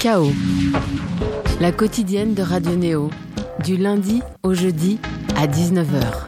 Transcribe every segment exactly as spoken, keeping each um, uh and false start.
K O, la quotidienne de Radio Néo, du lundi au jeudi à dix-neuf heures.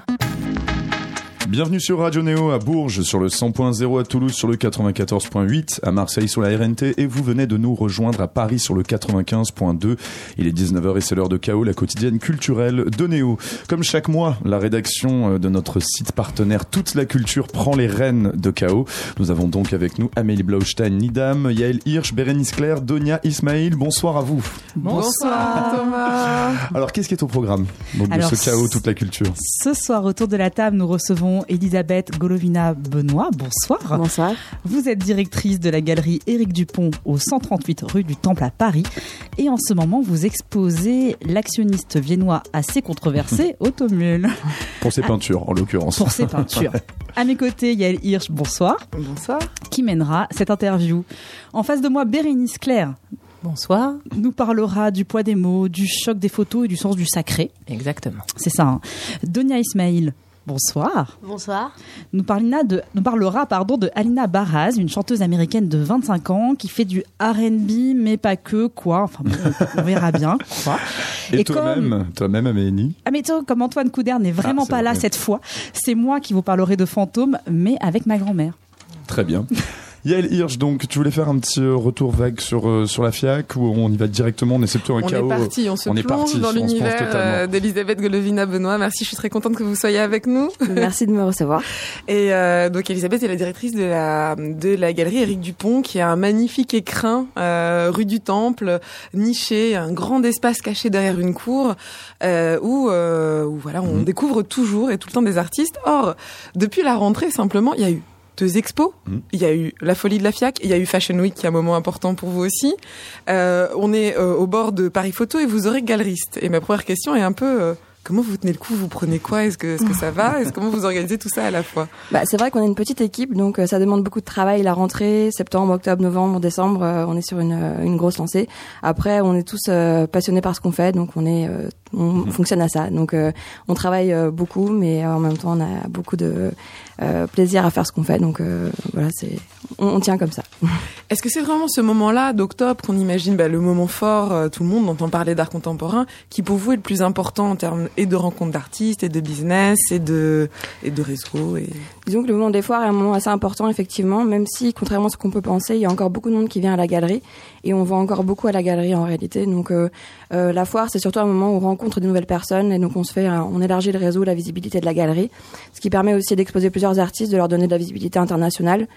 Bienvenue sur Radio Néo à Bourges, sur le cent point zéro, à Toulouse sur le quatre-vingt-quatorze point huit, à Marseille sur la R N T, et vous venez de nous rejoindre à Paris sur le quatre-vingt-quinze point deux. Il est dix-neuf heures et c'est l'heure de K O, la quotidienne culturelle de Néo. Comme chaque mois, la rédaction de notre site partenaire Toute la Culture prend les rênes de K O. Nous avons donc avec nous Amélie Blaustein, Nidam, Yael Hirsch, Bérénice Claire, Donia Ismail. Bonsoir à vous. Bonsoir Thomas. Alors qu'est-ce qui est au programme donc, Alors, de ce K O Toute la Culture? Ce soir, autour de la table, nous recevons Elisabeth Golovina-Benoît. Bonsoir. Bonsoir. Vous êtes directrice de la galerie Éric Dupont au cent trente-huit rue du Temple à Paris. Et en ce moment, vous exposez l'actionniste viennois assez controversé, Automule. Pour ses peintures, en l'occurrence. Pour ses peintures. À mes côtés, Yael Hirsch. Bonsoir. Bonsoir. Qui mènera cette interview. En face de moi, Bérénice Claire. Bonsoir. Nous parlera du poids des mots, du choc des photos et du sens du sacré. Exactement. C'est ça. Hein. Donia Ismail. Bonsoir. Bonsoir. Nous, parlera de, nous parlera pardon, de Alina Baraz, une chanteuse américaine de vingt-cinq ans qui fait du R and B, mais pas que, quoi. Enfin, bon, on verra bien, quoi. Et, Et toi-même, comme... toi-même, Amélie. Ah, mais toi, comme Antoine Couder n'est vraiment ah, pas là vrai. Cette fois, c'est moi qui vous parlerai de fantômes, mais avec ma grand-mère. Très bien. Yael Hirsch, donc tu voulais faire un petit retour vague sur euh, sur la Fiac ou on y va directement, on essaie plutôt un on K O. On est parti, on se on plonge parti, dans l'univers euh, d'Elisabeth Golovina-Benoît. Merci, je suis très contente que vous soyez avec nous. Merci de me recevoir. Et euh, donc Elisabeth est la directrice de la de la galerie Éric Dupont, qui a un magnifique écrin euh, rue du Temple, niché, un grand espace caché derrière une cour euh, où euh, où voilà, on mmh. découvre toujours et tout le temps des artistes. Or, depuis la rentrée, simplement, il y a eu deux expos. Mmh. Il y a eu la folie de la Fiac, il y a eu Fashion Week qui est un moment important pour vous aussi. Euh, on est euh, au bord de Paris Photo et vous aurez galeriste. Et ma première question est un peu... Euh, comment vous tenez le coup? Vous prenez quoi? Est-ce que, est-ce que ça va? Est-ce comment vous organisez tout ça à la fois? Bah, c'est vrai qu'on est une petite équipe, donc euh, ça demande beaucoup de travail. La rentrée, septembre, octobre, novembre, décembre, euh, on est sur une, une grosse lancée. Après, on est tous euh, passionnés par ce qu'on fait, donc on est, euh, on mmh. fonctionne à ça. Donc, euh, on travaille euh, beaucoup, mais euh, en même temps, on a beaucoup de euh, plaisir à faire ce qu'on fait. Donc, euh, voilà, c'est, on, on tient comme ça. Est-ce que c'est vraiment ce moment-là d'octobre qu'on imagine bah, le moment fort, euh, tout le monde entend parler d'art contemporain, qui pour vous est le plus important en termes et de rencontres d'artistes, et de business, et de, et de réseaux et... Disons que le moment des foires est un moment assez important, effectivement, même si, contrairement à ce qu'on peut penser, il y a encore beaucoup de monde qui vient à la galerie, et on va encore beaucoup à la galerie en réalité. Donc, euh, euh, la foire, c'est surtout un moment où on rencontre de nouvelles personnes, et donc on se fait, on élargit le réseau, la visibilité de la galerie, ce qui permet aussi d'exposer plusieurs artistes, de leur donner de la visibilité internationale.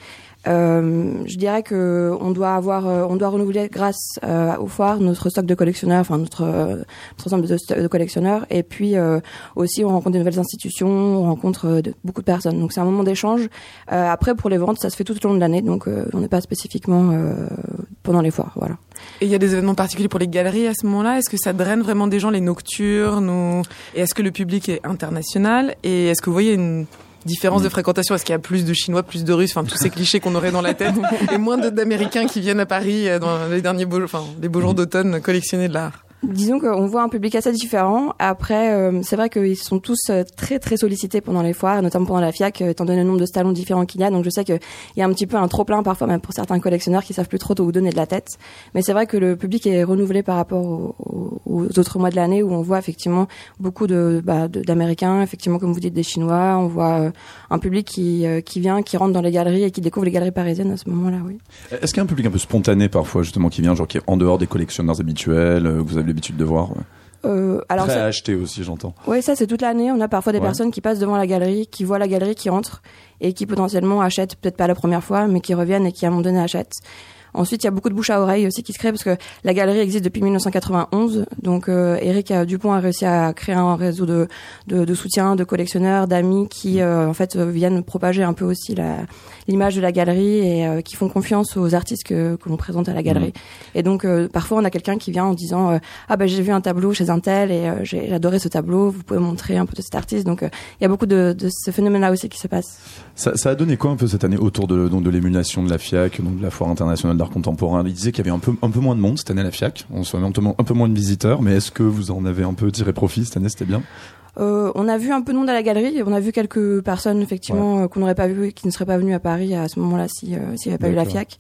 Euh, je dirais que on doit avoir, euh, on doit renouveler grâce euh, aux foires notre stock de collectionneurs, enfin notre, euh, notre ensemble de, de collectionneurs, et puis euh, aussi on rencontre de nouvelles institutions, on rencontre euh, de, beaucoup de personnes. Donc c'est un moment d'échange. Euh, après pour les ventes, ça se fait tout au long de l'année, donc euh, on n'est pas spécifiquement euh, pendant les foires, voilà. Et il y a des événements particuliers pour les galeries à ce moment-là? Est-ce que ça draine vraiment des gens, les nocturnes, ou... et est-ce que le public est international? Et est-ce que vous voyez une différence de fréquentation? Est-ce qu'il y a plus de Chinois, plus de Russes, enfin tous ces clichés qu'on aurait dans la tête, et moins de, d'Américains qui viennent à Paris dans les derniers beaux, enfin les beaux jours d'automne collectionner de l'art? Disons qu'on voit un public assez différent. Après, euh, c'est vrai qu'ils sont tous euh, très très sollicités pendant les foires, notamment pendant la Fiac, euh, étant donné le nombre de salons différents qu'il y a. Donc je sais qu'il y a un petit peu un trop-plein parfois, même pour certains collectionneurs qui savent plus trop où donner de la tête. Mais c'est vrai que le public est renouvelé par rapport aux, aux, aux autres mois de l'année, où on voit effectivement beaucoup de, bah, de d'Américains, effectivement comme vous dites des Chinois. On voit euh, un public qui euh, qui vient, qui rentre dans les galeries et qui découvre les galeries parisiennes à ce moment-là. Oui. Est-ce qu'il y a un public un peu spontané parfois, justement, qui vient, genre qui est en dehors des collectionneurs habituels, euh, que vous avez l'habitude de voir? Ouais. Euh, alors Prêt ça... à acheter aussi, j'entends. Oui, ça c'est toute l'année. On a parfois des ouais. personnes qui passent devant la galerie, qui voient la galerie, qui entrent et qui potentiellement achètent, peut-être pas la première fois, mais qui reviennent et qui à un moment donné achètent. Ensuite, il y a beaucoup de bouche à oreille aussi qui se crée parce que la galerie existe depuis dix-neuf cent quatre-vingt-onze. Donc, euh, Éric Dupont a réussi à créer un réseau de, de, de soutien, de collectionneurs, d'amis qui, euh, en fait, viennent propager un peu aussi la, l'image de la galerie et euh, qui font confiance aux artistes que, que l'on présente à la galerie. Mmh. Et donc, euh, parfois, on a quelqu'un qui vient en disant euh, ah ben j'ai vu un tableau chez un tel et euh, j'ai adoré ce tableau. Vous pouvez montrer un peu de cet artiste. Donc, euh, il y a beaucoup de, de ce phénomène-là aussi qui se passe. Ça, ça a donné quoi un peu cette année autour de, donc, de l'émulation de la Fiac, donc de la Foire internationale d'art contemporain? Il disait qu'il y avait un peu, un peu moins de monde cette année à la Fiac. On se un peu, un peu moins de visiteurs, mais est-ce que vous en avez un peu tiré profit cette année? C'était bien? Euh, on a vu un peu de monde à la galerie. On a vu quelques personnes effectivement ouais. euh, qu'on n'aurait pas vu, qui ne seraient pas venues à Paris à ce moment-là si euh, s'il n'y avait pas D'accord. eu la Fiac.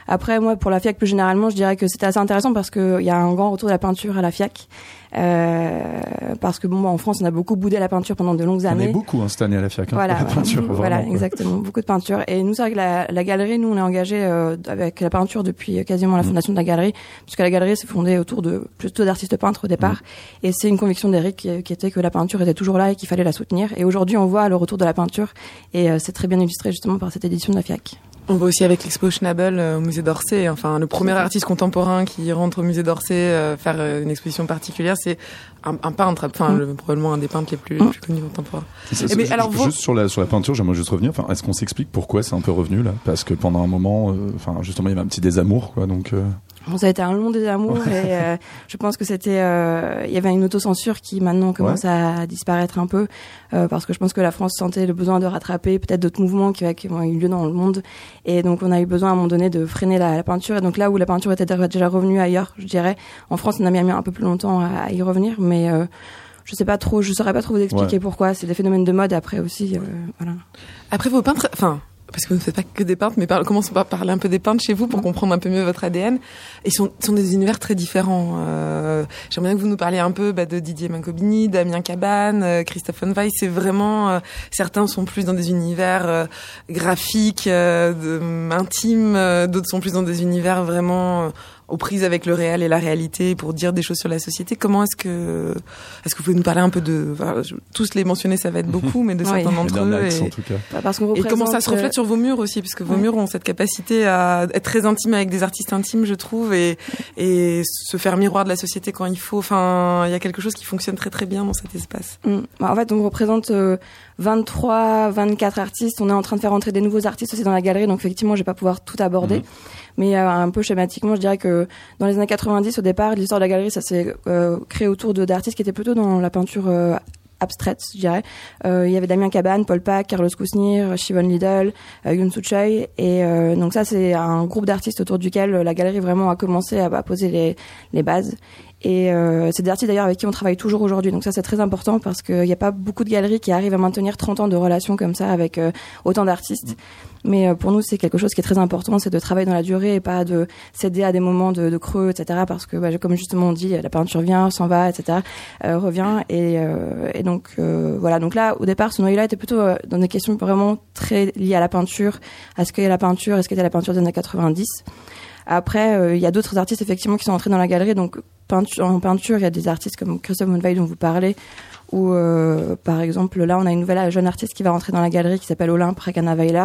Après, moi, pour la FIAC plus généralement, je dirais que c'était assez intéressant parce que il y a un grand retour de la peinture à la FIAC. Euh, parce que bon, en France, on a beaucoup boudé la peinture pendant de longues années. On est beaucoup hein, cette année à la FIAC. Hein, voilà, la peinture, voilà, vraiment, voilà exactement, beaucoup de peinture. Et nous, c'est vrai que la, la galerie, nous, on est engagé euh, avec la peinture depuis quasiment la fondation de la galerie, puisque la galerie s'est fondée autour de plutôt d'artistes peintres au départ. Mmh. Et c'est une conviction d'Éric qui, qui était que la peinture était toujours là et qu'il fallait la soutenir. Et aujourd'hui, on voit le retour de la peinture, et euh, c'est très bien illustré justement par cette édition de la FIAC. On voit aussi avec l'expo Schnabel euh, au musée d'Orsay, enfin le premier artiste contemporain qui rentre au musée d'Orsay euh, faire euh, une exposition particulière, c'est un, un peintre, enfin mmh. le, probablement un des peintres les plus, les plus connus contemporains. C'est, c'est, mais alors vous... juste sur la sur la peinture, j'aimerais juste revenir. Enfin, est-ce qu'on s'explique pourquoi c'est un peu revenu là ? Parce que pendant un moment, enfin euh, justement, il y avait un petit désamour, quoi. Donc. Euh... Bon, ça a été un long désamour ouais. et euh, je pense que c'était, euh, il y avait une autocensure qui maintenant commence ouais. à disparaître un peu euh, parce que je pense que la France sentait le besoin de rattraper peut-être d'autres mouvements qui, qui ont eu lieu dans le monde et donc on a eu besoin à un moment donné de freiner la, la peinture et donc là où la peinture était déjà revenue ailleurs, je dirais, en France on a mis un peu plus longtemps à, à y revenir, mais euh, je sais pas trop, je saurais pas trop vous expliquer ouais. pourquoi. C'est des phénomènes de mode après aussi, euh, voilà. Après vos peintres, enfin. Parce que vous ne faites pas que des peintres, mais par, commençons par parler un peu des peintres chez vous pour comprendre un peu mieux votre A D N. Ils sont, sont des univers très différents. Euh, j'aimerais bien que vous nous parliez un peu bah, de Didier Mancobini, Damien Cabane, euh, Christophe von Weiss. C'est vraiment, euh, certains sont plus dans des univers euh, graphiques, euh, de, intimes, euh, d'autres sont plus dans des univers vraiment euh, aux prises avec le réel et la réalité pour dire des choses sur la société. Comment est-ce que, est-ce que vous pouvez nous parler un peu de, enfin, je, tous les mentionner, ça va être beaucoup, mais de oui. certains d'entre eux. Axe, et, en tout cas. Bah, parce qu'on et comment ça se reflète sur vos murs aussi, parce que vos ouais. murs ont cette capacité à être très intimes avec des artistes intimes, je trouve, et, et se faire miroir de la société quand il faut. Enfin, il y a quelque chose qui fonctionne très très bien dans cet espace. Mmh. Bah, en fait, on représente euh, vingt-trois, vingt-quatre artistes. On est en train de faire entrer des nouveaux artistes aussi dans la galerie, donc effectivement, je vais pas pouvoir tout aborder. Mmh. Mais euh, un peu schématiquement, je dirais que dans les années quatre-vingt-dix, au départ, l'histoire de la galerie, ça s'est euh, créé autour de d'artistes qui étaient plutôt dans la peinture euh, abstraite, je dirais. Euh, il y avait Damien Cabane, Paul Pack, Carlos Kousnir, Shivon Liddell, euh, Yoon Soo Choi. Et euh, donc ça, c'est un groupe d'artistes autour duquel la galerie vraiment a commencé à, à poser les, les bases. Et euh, c'est des artistes d'ailleurs avec qui on travaille toujours aujourd'hui. Donc ça, c'est très important parce qu'il n'y a pas beaucoup de galeries qui arrivent à maintenir trente ans de relations comme ça avec euh, autant d'artistes. Mais euh, pour nous, c'est quelque chose qui est très important, c'est de travailler dans la durée et pas de céder à des moments de, de creux, et cetera. Parce que, bah, comme justement on dit, la peinture vient, s'en va, et cetera. Euh, revient. Et, euh, et donc euh, voilà. Donc là, au départ, ce noyau-là était plutôt euh, dans des questions vraiment très liées à la peinture, à ce qu'est la peinture, à ce qu'était la peinture des années quatre-vingt-dix. Après, il euh, y a d'autres artistes effectivement qui sont entrés dans la galerie. Donc peinture, en peinture, il y a des artistes comme Christophe von Weiss dont vous parlez, ou euh, par exemple là, on a une nouvelle jeune artiste qui va rentrer dans la galerie qui s'appelle Olympe Rakana-Weiler,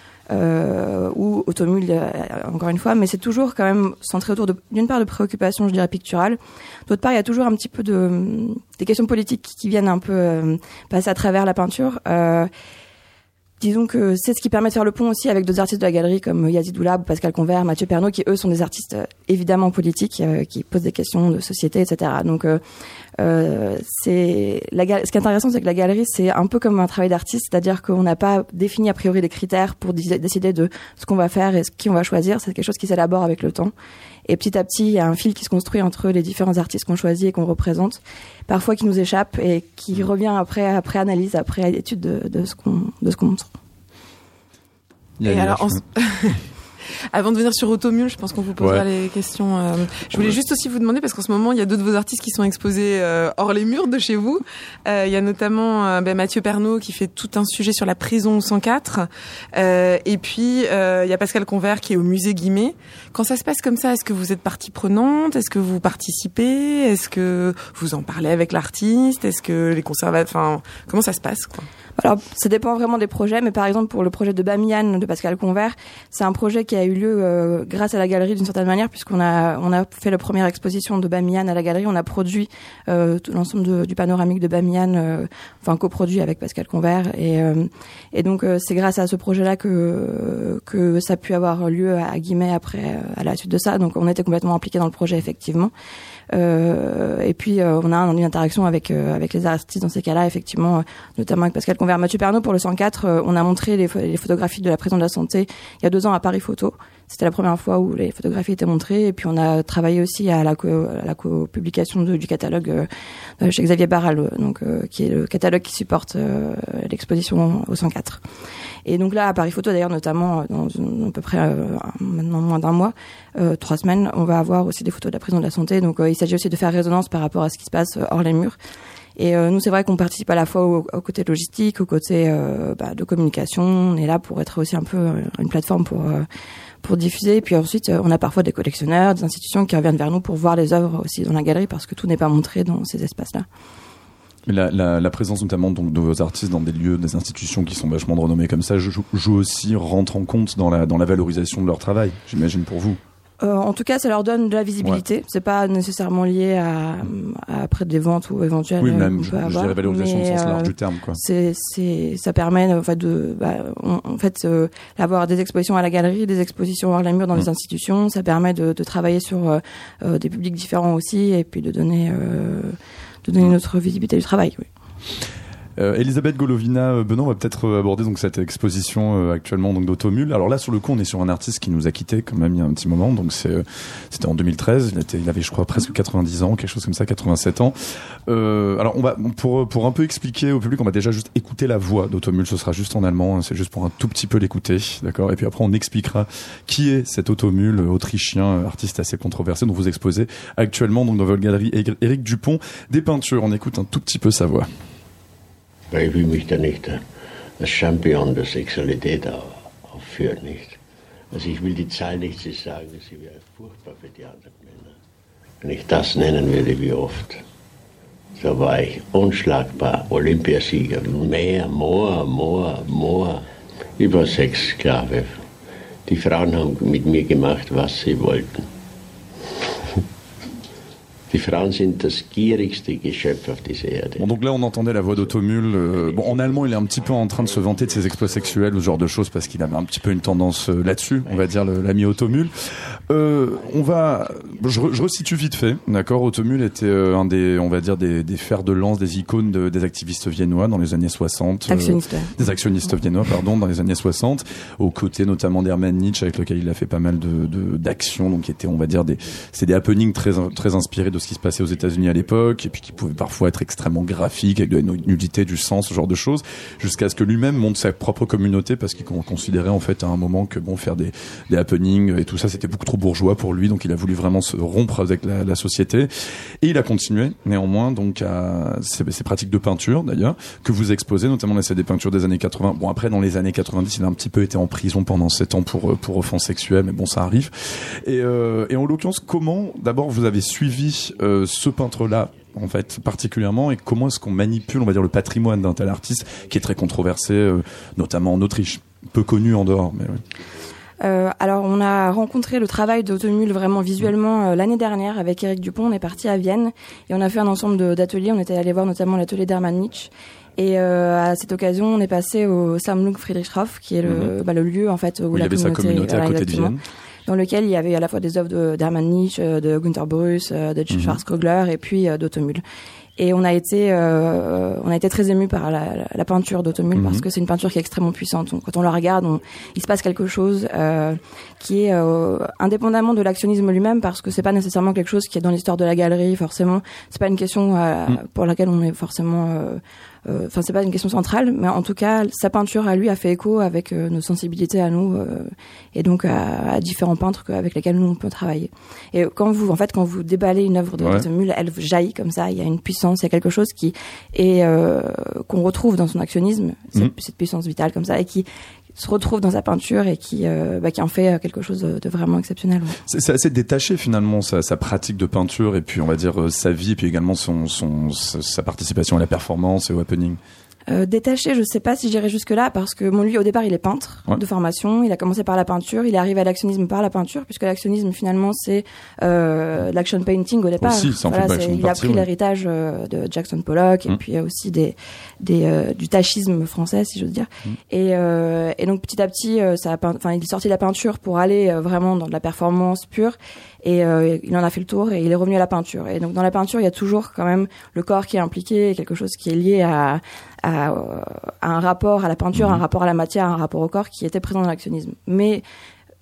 euh, ou Automule euh, encore une fois. Mais c'est toujours quand même centré autour de, d'une part de préoccupations, je dirais picturales. D'autre part, il y a toujours un petit peu de des questions politiques qui viennent un peu euh, passer à travers la peinture. Euh, Disons que c'est ce qui permet de faire le pont aussi avec d'autres artistes de la galerie comme Yazid Oulab, Pascal Convert, Mathieu Pernaut, qui eux sont des artistes euh, évidemment politiques, euh, qui posent des questions de société, et cetera. Donc euh, euh, c'est la gal- ce qui est intéressant, c'est que la galerie c'est un peu comme un travail d'artiste, c'est-à-dire qu'on n'a pas défini a priori des critères pour d- décider de ce qu'on va faire et ce qui on va choisir. C'est quelque chose qui s'élabore avec le temps. Et petit à petit, il y a un fil qui se construit entre les différents artistes qu'on choisit et qu'on représente, parfois qui nous échappe et qui revient après, après analyse, après étude de, de ce qu'on, de ce qu'on montre. Et alors, en... avant de venir sur Automule, je pense qu'on vous posera ouais. les questions. Euh, je voulais ouais. juste aussi vous demander, parce qu'en ce moment, il y a deux de vos artistes qui sont exposés euh, hors les murs de chez vous. Euh, il y a notamment euh, ben, Mathieu Pernaut qui fait tout un sujet sur la prison cent quatre. Euh, et puis, euh, il y a Pascal Convert qui est au musée Guimet. Quand ça se passe comme ça, est-ce que vous êtes partie prenante ? Est-ce que vous participez ? Est-ce que vous en parlez avec l'artiste ? Est-ce que les conservateurs... Enfin, comment ça se passe, quoi ? Alors, ça dépend vraiment des projets, mais par exemple, pour le projet de Bamiyan de Pascal Convert, c'est un projet qui a eu lieu euh, grâce à la galerie d'une certaine manière, puisqu'on a on a fait la première exposition de Bamiyan à la galerie, on a produit euh, tout l'ensemble de, du panoramique de Bamiyan, euh, enfin coproduit avec Pascal Convert, et euh, et donc euh, c'est grâce à ce projet-là que que ça a pu avoir lieu à Guimet après, à la suite de ça. Donc on était complètement impliqués dans le projet effectivement. Euh, et puis euh, on a une interaction avec euh, avec les artistes dans ces cas-là, effectivement, euh, notamment avec Pascal Convert. Mathieu Pernaut pour le cent quatre, euh, on a montré les, les photographies de la prison de la Santé il y a deux ans à Paris Photo. C'était la première fois où les photographies étaient montrées. Et puis on a travaillé aussi à la, co- à la co-publication de, du catalogue euh, chez Xavier Barral, donc euh, qui est le catalogue qui supporte euh, l'exposition au cent quatre. Et donc là, à Paris Photo, d'ailleurs, notamment dans, dans à peu près euh, maintenant moins d'un mois, euh, trois semaines, on va avoir aussi des photos de la prison de la santé. Donc euh, il s'agit aussi de faire résonance par rapport à ce qui se passe hors les murs. Et euh, nous, c'est vrai qu'on participe à la fois au, au côté logistique, au côté euh, bah, de communication. On est là pour être aussi un peu euh, une plateforme pour euh, pour diffuser. Et puis ensuite, euh, on a parfois des collectionneurs, des institutions qui reviennent vers nous pour voir les œuvres aussi dans la galerie, parce que tout n'est pas montré dans ces espaces-là. La, la, la présence notamment donc de vos artistes dans des lieux, des institutions qui sont vachement renommées comme ça, joue, joue aussi, rentre en compte dans la, dans la valorisation de leur travail, j'imagine pour vous. Euh, en tout cas, ça leur donne de la visibilité. Ouais. C'est pas nécessairement lié à, à après des ventes ou éventuelles. Oui, même, je, je dirais valorisation mais, au sens large euh, du terme, quoi. C'est, c'est, ça permet, en fait, de, bah, on, en fait, euh, d'avoir des expositions à la galerie, des expositions hors les murs dans mmh. les institutions. Ça permet de, de travailler sur euh, des publics différents aussi, et puis de donner, euh, de donner mmh. notre visibilité du travail. Oui. Euh, Elisabeth Golovina, euh, Benoît, on va peut-être aborder donc cette exposition euh, actuellement donc d'Automul. Alors là, sur le coup, on est sur un artiste qui nous a quittés quand même il y a un petit moment. Donc c'est, euh, c'était en deux mille treize. Il, était, il avait, je crois, presque quatre-vingt-dix ans, quelque chose comme ça, quatre-vingt-sept ans. Euh, alors on va pour pour un peu expliquer au public, on va déjà juste écouter la voix d'Automul. Ce sera juste en allemand. Hein, c'est juste pour un tout petit peu l'écouter, d'accord. Et puis après, on expliquera qui est cet Automul, autrichien, artiste assez controversé dont vous exposez actuellement donc dans votre galerie Éric Dupont des peintures. On écoute un tout petit peu sa voix. Weil ich will mich da nicht als Champion der Sexualität aufführen, nicht? Also ich will die Zahl nicht so sagen, sie wäre furchtbar für die anderen Männer. Wenn ich das nennen würde, wie oft, so war ich unschlagbar, Olympiasieger, mehr, more, more, more, über sechs Sklave. Die Frauen haben mit mir gemacht, was sie wollten. Die Frauen sind das gierigste Geschöpf auf dieser Erde. Bon, donc là, on entendait la voix d'Automul. Euh, bon, en allemand, il est un petit peu en train de se vanter de ses exploits sexuels ou ce genre de choses parce qu'il avait un petit peu une tendance euh, là-dessus, on va dire, le, l'ami Automul. Euh, on va, je, je resitue vite fait, d'accord. Automul était euh, un des, on va dire, des, des fers de lance, des icônes de, des activistes viennois dans les années soixante. Actionnistes. Euh, des actionnistes viennois, pardon, dans les années soixante, aux côtés notamment d'Hermann Nietzsche, avec lequel il a fait pas mal de, de d'actions, donc qui étaient, on va dire, des, c'est des happenings très, très inspirés de ce qui se passait aux États-Unis à l'époque, et puis qui pouvaient parfois être extrêmement graphiques, avec de la nudité, du sang, ce genre de choses, jusqu'à ce que lui-même monte sa propre communauté, parce qu'il considérait en fait à un moment que bon, faire des, des happenings et tout ça, c'était beaucoup trop bourgeois pour lui, donc il a voulu vraiment se rompre avec la, la société, et il a continué néanmoins donc à ces, ces pratiques de peinture d'ailleurs que vous exposez, notamment là c'est des peintures des années quatre-vingts. Bon, après dans les années quatre-vingt-dix, il a un petit peu été en prison pendant sept ans pour pour offense sexuelle, mais bon, ça arrive. Et, euh, et en l'occurrence, comment d'abord vous avez suivi euh, ce peintre-là en fait particulièrement, et comment est-ce qu'on manipule, on va dire, le patrimoine d'un tel artiste qui est très controversé, euh, notamment en Autriche, peu connu en dehors, mais oui. Euh, alors, on a rencontré le travail d'Automul vraiment visuellement euh, l'année dernière avec Éric Dupont. On est parti à Vienne et on a fait un ensemble de, d'ateliers. On était allé voir notamment l'atelier d'Hermann Nietzsche. Et euh, à cette occasion, on est passé au Sammlung Friedrichshof, qui est le, mmh. bah, le lieu en fait où il la y avait communauté, sa communauté à côté de Vienne, dans lequel il y avait à la fois des œuvres de, d'Hermann Nietzsche, de Günter Brüss, de mmh. Schwarzkogler et puis euh, d'Automul. Et on a été, euh, on a été très émus par la, la, la peinture d'Automul, mmh. parce que c'est une peinture qui est extrêmement puissante. Donc, quand on la regarde, on, il se passe quelque chose euh, qui est euh, indépendamment de l'actionnisme lui-même, parce que c'est pas nécessairement quelque chose qui est dans l'histoire de la galerie. Forcément, c'est pas une question euh, mmh. pour laquelle on est forcément. Euh, Enfin, euh, c'est pas une question centrale, mais en tout cas, sa peinture à lui a fait écho avec euh, nos sensibilités à nous, euh, et donc à, à différents peintres avec lesquels nous on peut travailler. Et quand vous, en fait, quand vous déballez une œuvre de Automul, ouais. elle jaillit comme ça. Il y a une puissance, il y a quelque chose qui est euh, qu'on retrouve dans son actionnisme, cette, mmh. cette puissance vitale comme ça, et qui se retrouve dans sa peinture et qui, euh, bah, qui en fait quelque chose de, de vraiment exceptionnel. Ouais. C'est, c'est assez détaché finalement sa, sa pratique de peinture, et puis on va dire euh, sa vie, et puis également son, son, sa participation à la performance et au happening. Euh, détaché, je sais pas si j'irais jusque là, parce que bon, lui au départ il est peintre ouais. de formation, il a commencé par la peinture, il est arrivé à l'actionnisme par la peinture, puisque l'actionnisme finalement c'est euh, l'action painting au départ. Aussi, ça en voilà, fait c'est, il partie, a pris ouais. l'héritage euh, de Jackson Pollock, et mmh. puis aussi des, des euh, du tachisme français, si j'ose dire. Mmh. Et, euh, et donc petit à petit, euh, ça a peint, enfin il est sorti de la peinture pour aller euh, vraiment dans de la performance pure. Et euh, il en a fait le tour et il est revenu à la peinture. Et donc dans la peinture, il y a toujours quand même le corps qui est impliqué, quelque chose qui est lié à, à, à un rapport à la peinture, mmh. un rapport à la matière, un rapport au corps qui était présent dans l'actionnisme. Mais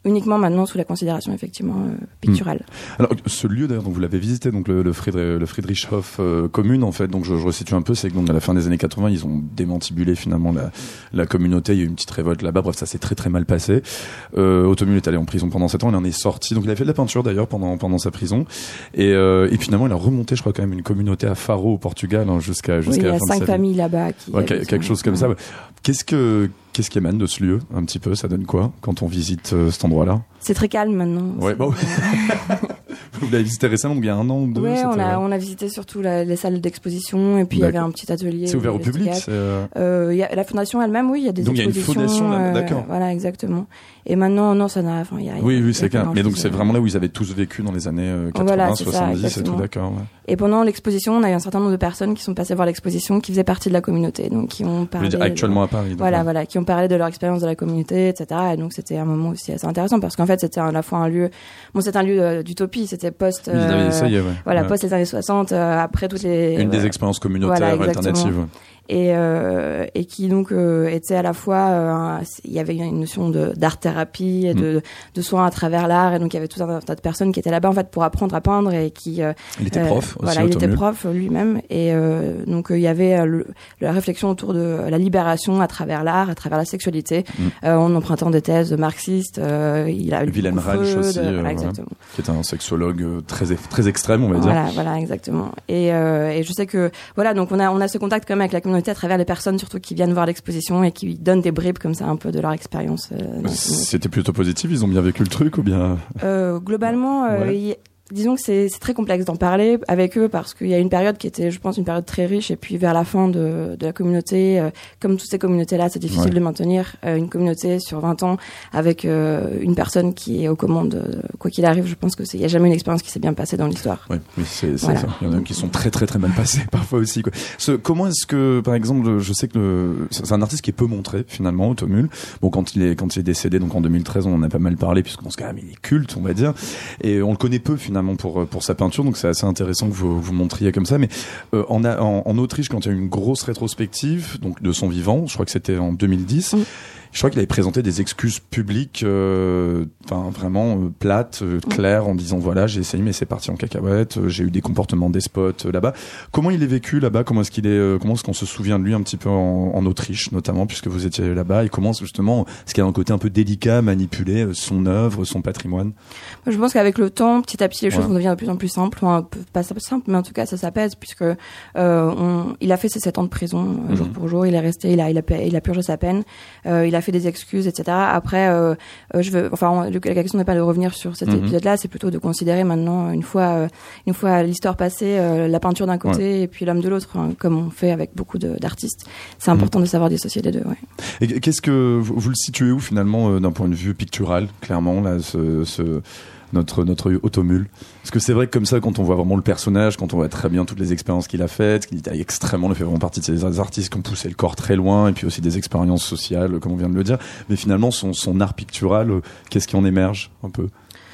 uniquement maintenant sous la considération effectivement euh, picturale. Mmh. Alors ce lieu d'ailleurs, donc vous l'avez visité, donc le, le, Friedrich, le Friedrichshof euh, commune en fait. Donc je, je resitue un peu, c'est que donc à la fin des années quatre-vingts, ils ont démantibulé finalement la, la communauté. Il y a eu une petite révolte là-bas. Bref, ça s'est très très mal passé. Euh, Automul est allé en prison pendant sept ans. Il en est sorti. Donc il a fait de la peinture d'ailleurs pendant pendant sa prison. Et, euh, et finalement, il a remonté, je crois quand même une communauté à Faro au Portugal hein, jusqu'à jusqu'à oui, la fin de sa vie. Il y a cinq familles là-bas. Qui ouais, quelque chose comme ouais. ça. Ouais. Qu'est-ce que Qu'est-ce qui émane de ce lieu, un petit peu? Ça donne quoi quand on visite euh, cet endroit-là? C'est très calme maintenant. Ouais, bon. Vous l'avez visité récemment, donc il y a un an ou deux? Ouais, on a, on a visité surtout la, les salles d'exposition et puis il y avait un petit atelier. C'est ouvert au public? Euh... Euh, y a, la fondation elle-même, oui, il y a des donc expositions. Donc il y a une fondation là, euh, d'accord. Voilà, exactement. Et maintenant, non, ça n'a... Enfin, y a, oui, y a, oui, c'est clair. Mais donc c'est euh... vraiment là où ils avaient tous vécu dans les années euh, quatre-vingts, voilà, soixante-dix ça, et tout, d'accord. Ouais. Et pendant l'exposition, on a eu un certain nombre de personnes qui sont passées voir l'exposition, qui faisaient partie de la communauté, donc qui ont parlé... Je veux dire, actuellement de... à Paris. Donc, voilà, ouais. voilà, qui ont parlé de leur expérience de la communauté, et cetera. Et donc c'était un moment aussi assez intéressant parce qu'en fait c'était à la fois un lieu, bon c'était un lieu euh, d'utopie, c'était post, euh, ça y est, ouais. voilà, ouais. post les années soixante, euh, après toutes les une euh, des expériences communautaires voilà, alternatives. Et, euh, et qui donc euh, était à la fois, il euh, y avait une notion de d'art thérapie et de, mmh. de soins à travers l'art, et donc il y avait tout un tas de personnes qui étaient là-bas en fait pour apprendre à peindre et qui. Euh, il était prof. Euh, aussi, voilà, il était prof lui-même, et euh, donc il euh, y avait le, la réflexion autour de la libération à travers l'art, à travers la sexualité, mmh. euh, en empruntant des thèses marxistes. Euh, il a Wilhelm Reich aussi, de, euh, voilà, exactement. Qui est un sexologue très très extrême, on va dire. Voilà, voilà, exactement. Et, euh, et je sais que voilà, donc on a on a ce contact quand même avec la communauté à travers les personnes surtout qui viennent voir l'exposition et qui donnent des bribes comme ça un peu de leur expérience. Euh, C'était plutôt positif, ils ont bien vécu le truc ou bien euh, Globalement, euh, ouais. y, disons que c'est, c'est très complexe d'en parler avec eux parce qu'il y a une période qui était, je pense, une période très riche, et puis vers la fin de, de la communauté, euh, comme toutes ces communautés-là, c'est difficile ouais. de maintenir euh, une communauté sur vingt ans avec euh, une personne qui est aux commandes. Euh, quoi qu'il arrive, je pense que c'est, il y a jamais une expérience qui s'est bien passée dans l'histoire. Oui, oui, c'est, c'est voilà. ça. Il y en a qui sont très très très mal passés parfois aussi. Quoi. Ce, comment est-ce que, par exemple, je sais que le, c'est un artiste qui est peu montré finalement, Automul. Bon, quand il est quand il est décédé, donc en deux mille treize, on en a pas mal parlé puisque dans ce cas-là, il est culte, on va dire, et on le connaît peu finalement pour pour sa peinture, donc c'est assez intéressant que vous vous montriez comme ça. Mais euh, en, en, en Autriche, quand il y a eu une grosse rétrospective donc de son vivant, je crois que c'était en deux mille dix. Mmh. Je crois qu'il avait présenté des excuses publiques, euh, enfin vraiment euh, plates, euh, claires, en disant voilà, j'ai essayé mais c'est parti en cacahuète, euh, j'ai eu des comportements despotes euh, là-bas. Comment il est vécu là-bas? Comment est-ce qu'il est euh, Comment est-ce qu'on se souvient de lui un petit peu en, en Autriche, notamment puisque vous étiez là-bas? Et comment justement, est-ce qu'il y a un côté un peu délicat, manipuler euh, son œuvre, son patrimoine? Je pense qu'avec le temps, petit à petit, les choses ouais. vont devenir de plus en plus simples. Enfin, pas simple, mais en tout cas, ça s'apaise puisque euh, on, il a fait ses sept ans de prison mmh. jour pour jour. Il est resté, il a, il a, il a purgé sa peine. Euh, il a fait des excuses, et cetera. Après, euh, je veux, enfin, la question n'est pas de revenir sur cet mm-hmm. épisode-là, c'est plutôt de considérer maintenant, une fois, euh, une fois l'histoire passée, euh, la peinture d'un côté ouais. et puis l'homme de l'autre, hein, comme on fait avec beaucoup de, d'artistes. C'est important mm-hmm. de savoir dissocier les deux. Ouais. Et qu'est-ce que vous, vous le situez où finalement, euh, d'un point de vue pictural, clairement, là, ce, ce notre notre Automul? Parce que c'est vrai que comme ça, quand on voit vraiment le personnage, quand on voit très bien toutes les expériences qu'il a faites, qu'il est extrêmement, il fait vraiment partie de ces artistes qui ont poussé le corps très loin, et puis aussi des expériences sociales, comme on vient de le dire. Mais finalement, son son art pictural, qu'est-ce qui en émerge un peu?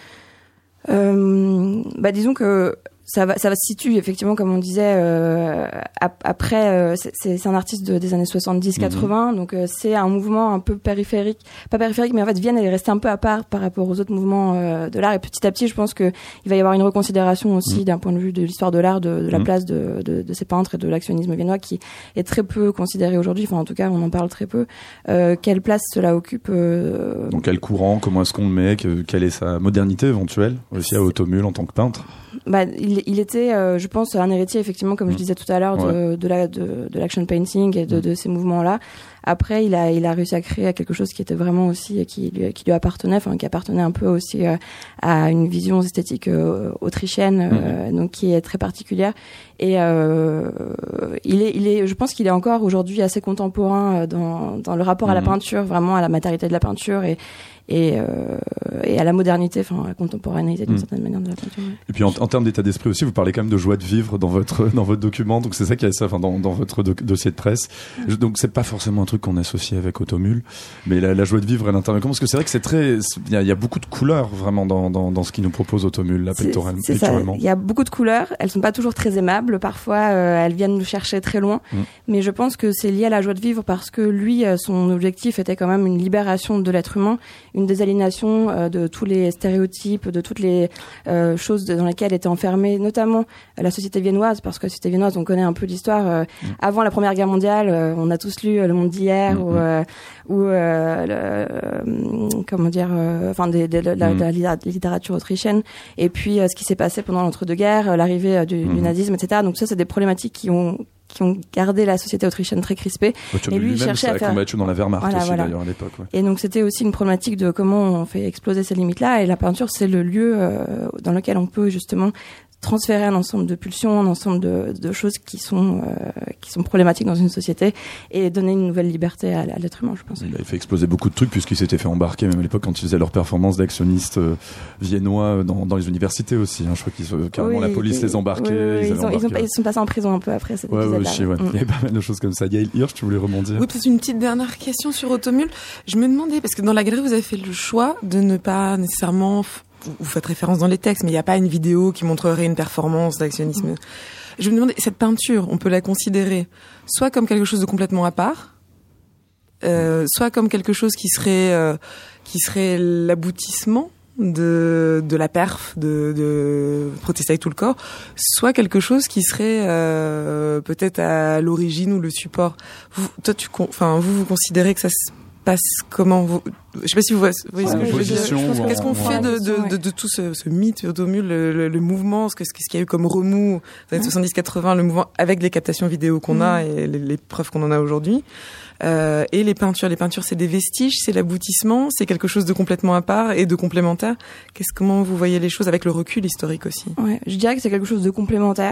Euh, bah disons que ça va, ça va se situer effectivement, comme on disait. Euh, après, euh, c'est, c'est un artiste de, des années soixante-dix quatre-vingts, mmh. donc euh, c'est un mouvement un peu périphérique, pas périphérique, mais en fait Vienne elle est restée un peu à part par rapport aux autres mouvements euh, de l'art. Et petit à petit, je pense que il va y avoir une reconsidération aussi mmh. d'un point de vue de l'histoire de l'art, de, de la mmh. place de, de, de ces peintres et de l'actionnisme viennois qui est très peu considéré aujourd'hui. Enfin, en tout cas, on en parle très peu. Euh, quelle place cela occupe euh... Donc, quel courant? Comment est-ce qu'on le met? que, Quelle est sa modernité éventuelle aussi à Automul en tant que peintre? Bah, il, il était, euh, je pense, un héritier effectivement, comme mmh. je disais tout à l'heure, de, ouais. de, la, de, de l'action painting et de, mmh. de ces mouvements-là. Après, il a, il a réussi à créer quelque chose qui était vraiment aussi, qui lui, qui lui appartenait, enfin, qui appartenait un peu aussi euh, à une vision esthétique euh, autrichienne, euh, mmh. donc qui est très particulière. Et euh, il est, il est, je pense qu'il est encore aujourd'hui assez contemporain dans, dans le rapport mmh. à la peinture, vraiment à la matérialité de la peinture et et, euh, et à la modernité, enfin à la contemporanéité d'une mmh. certaine manière de la peinture. Ouais. Et puis en, en termes d'état d'esprit aussi, vous parlez quand même de joie de vivre dans votre dans votre document, donc c'est ça qui est ça, enfin dans dans votre do- dossier de presse. Mmh. Donc c'est pas forcément un truc qu'on associe avec Automule, mais la, la joie de vivre à l'intérieur. Parce que c'est vrai que c'est très, il y, y a beaucoup de couleurs vraiment dans dans, dans ce qui nous propose Automule, là, pictoralement. C'est ça. Il y a beaucoup de couleurs. Elles sont pas toujours très aimables. Parfois, euh, elles viennent nous chercher très loin. Mm. Mais je pense que c'est lié à la joie de vivre parce que lui, son objectif était quand même une libération de l'être humain, une désaliénation euh, de tous les stéréotypes, de toutes les euh, choses dans lesquelles était enfermée, notamment euh, la société viennoise, parce que la société viennoise, on connaît un peu l'histoire. Euh, mm. Avant la Première Guerre mondiale, euh, on a tous lu euh, Le Monde d'hier mm. ou, euh, ou euh, le, euh, comment dire, enfin euh, des, des, la, mm. la, la littérature autrichienne. Et puis euh, ce qui s'est passé pendant l'entre-deux-guerres, euh, l'arrivée euh, du, mm. du nazisme, et cetera. Donc ça, c'est des problématiques qui ont qui ont gardé la société autrichienne très crispée. Et lui, il cherchait à faire... combattu dans la Wehrmacht voilà, aussi, voilà. d'ailleurs, à l'époque. Ouais. Et donc, c'était aussi une problématique de comment on fait exploser ces limites-là. Et la peinture, c'est le lieu euh, dans lequel on peut justement transférer un ensemble de pulsions, un ensemble de, de choses qui sont euh, qui sont problématiques dans une société et donner une nouvelle liberté à, à l'être humain, je pense. Il avait fait exploser beaucoup de trucs puisqu'il s'était fait embarquer même à l'époque quand ils faisaient leurs performances d'actionnistes euh, viennois dans, dans les universités aussi. Hein. Je crois qu'ils euh, carrément oui, la police et, les embarquait. Oui, oui, ils, ils, ont, ils, ont, ils sont passés en prison un peu après cet ouais, épisode-là. Ouais, ouais. Mm. Il y avait pas mal de choses comme ça. Gaël Hirsch, tu voulais rebondir? Oui, peut-être une petite dernière question sur Automule. Je me demandais parce que dans la galerie vous avez fait le choix de ne pas nécessairement vous faites référence dans les textes, mais il n'y a pas une vidéo qui montrerait une performance d'actionnisme. Mmh. Je me demandais, cette peinture, on peut la considérer soit comme quelque chose de complètement à part, euh, soit comme quelque chose qui serait euh, qui serait l'aboutissement de de la perf, de, de protester avec tout le corps, soit quelque chose qui serait euh, peut-être à l'origine ou le support. Vous, toi, tu, enfin, vous vous considérez que ça se passe comment vous, je sais pas si vous voyez, vous voyez ce que je veux dire. Qu'est-ce qu'on fait de, de, de, de tout ce, ce mythe Automule, le, le, le mouvement, ce, ce qu'il y a eu comme remous dans les années soixante-dix quatre-vingts, le mouvement avec les captations vidéo qu'on mmh. a et les, les preuves qu'on en a aujourd'hui. Euh, et les peintures, les peintures, c'est des vestiges, c'est l'aboutissement, c'est quelque chose de complètement à part et de complémentaire. Qu'est-ce, comment vous voyez les choses avec le recul historique aussi? Ouais, je dirais que c'est quelque chose de complémentaire.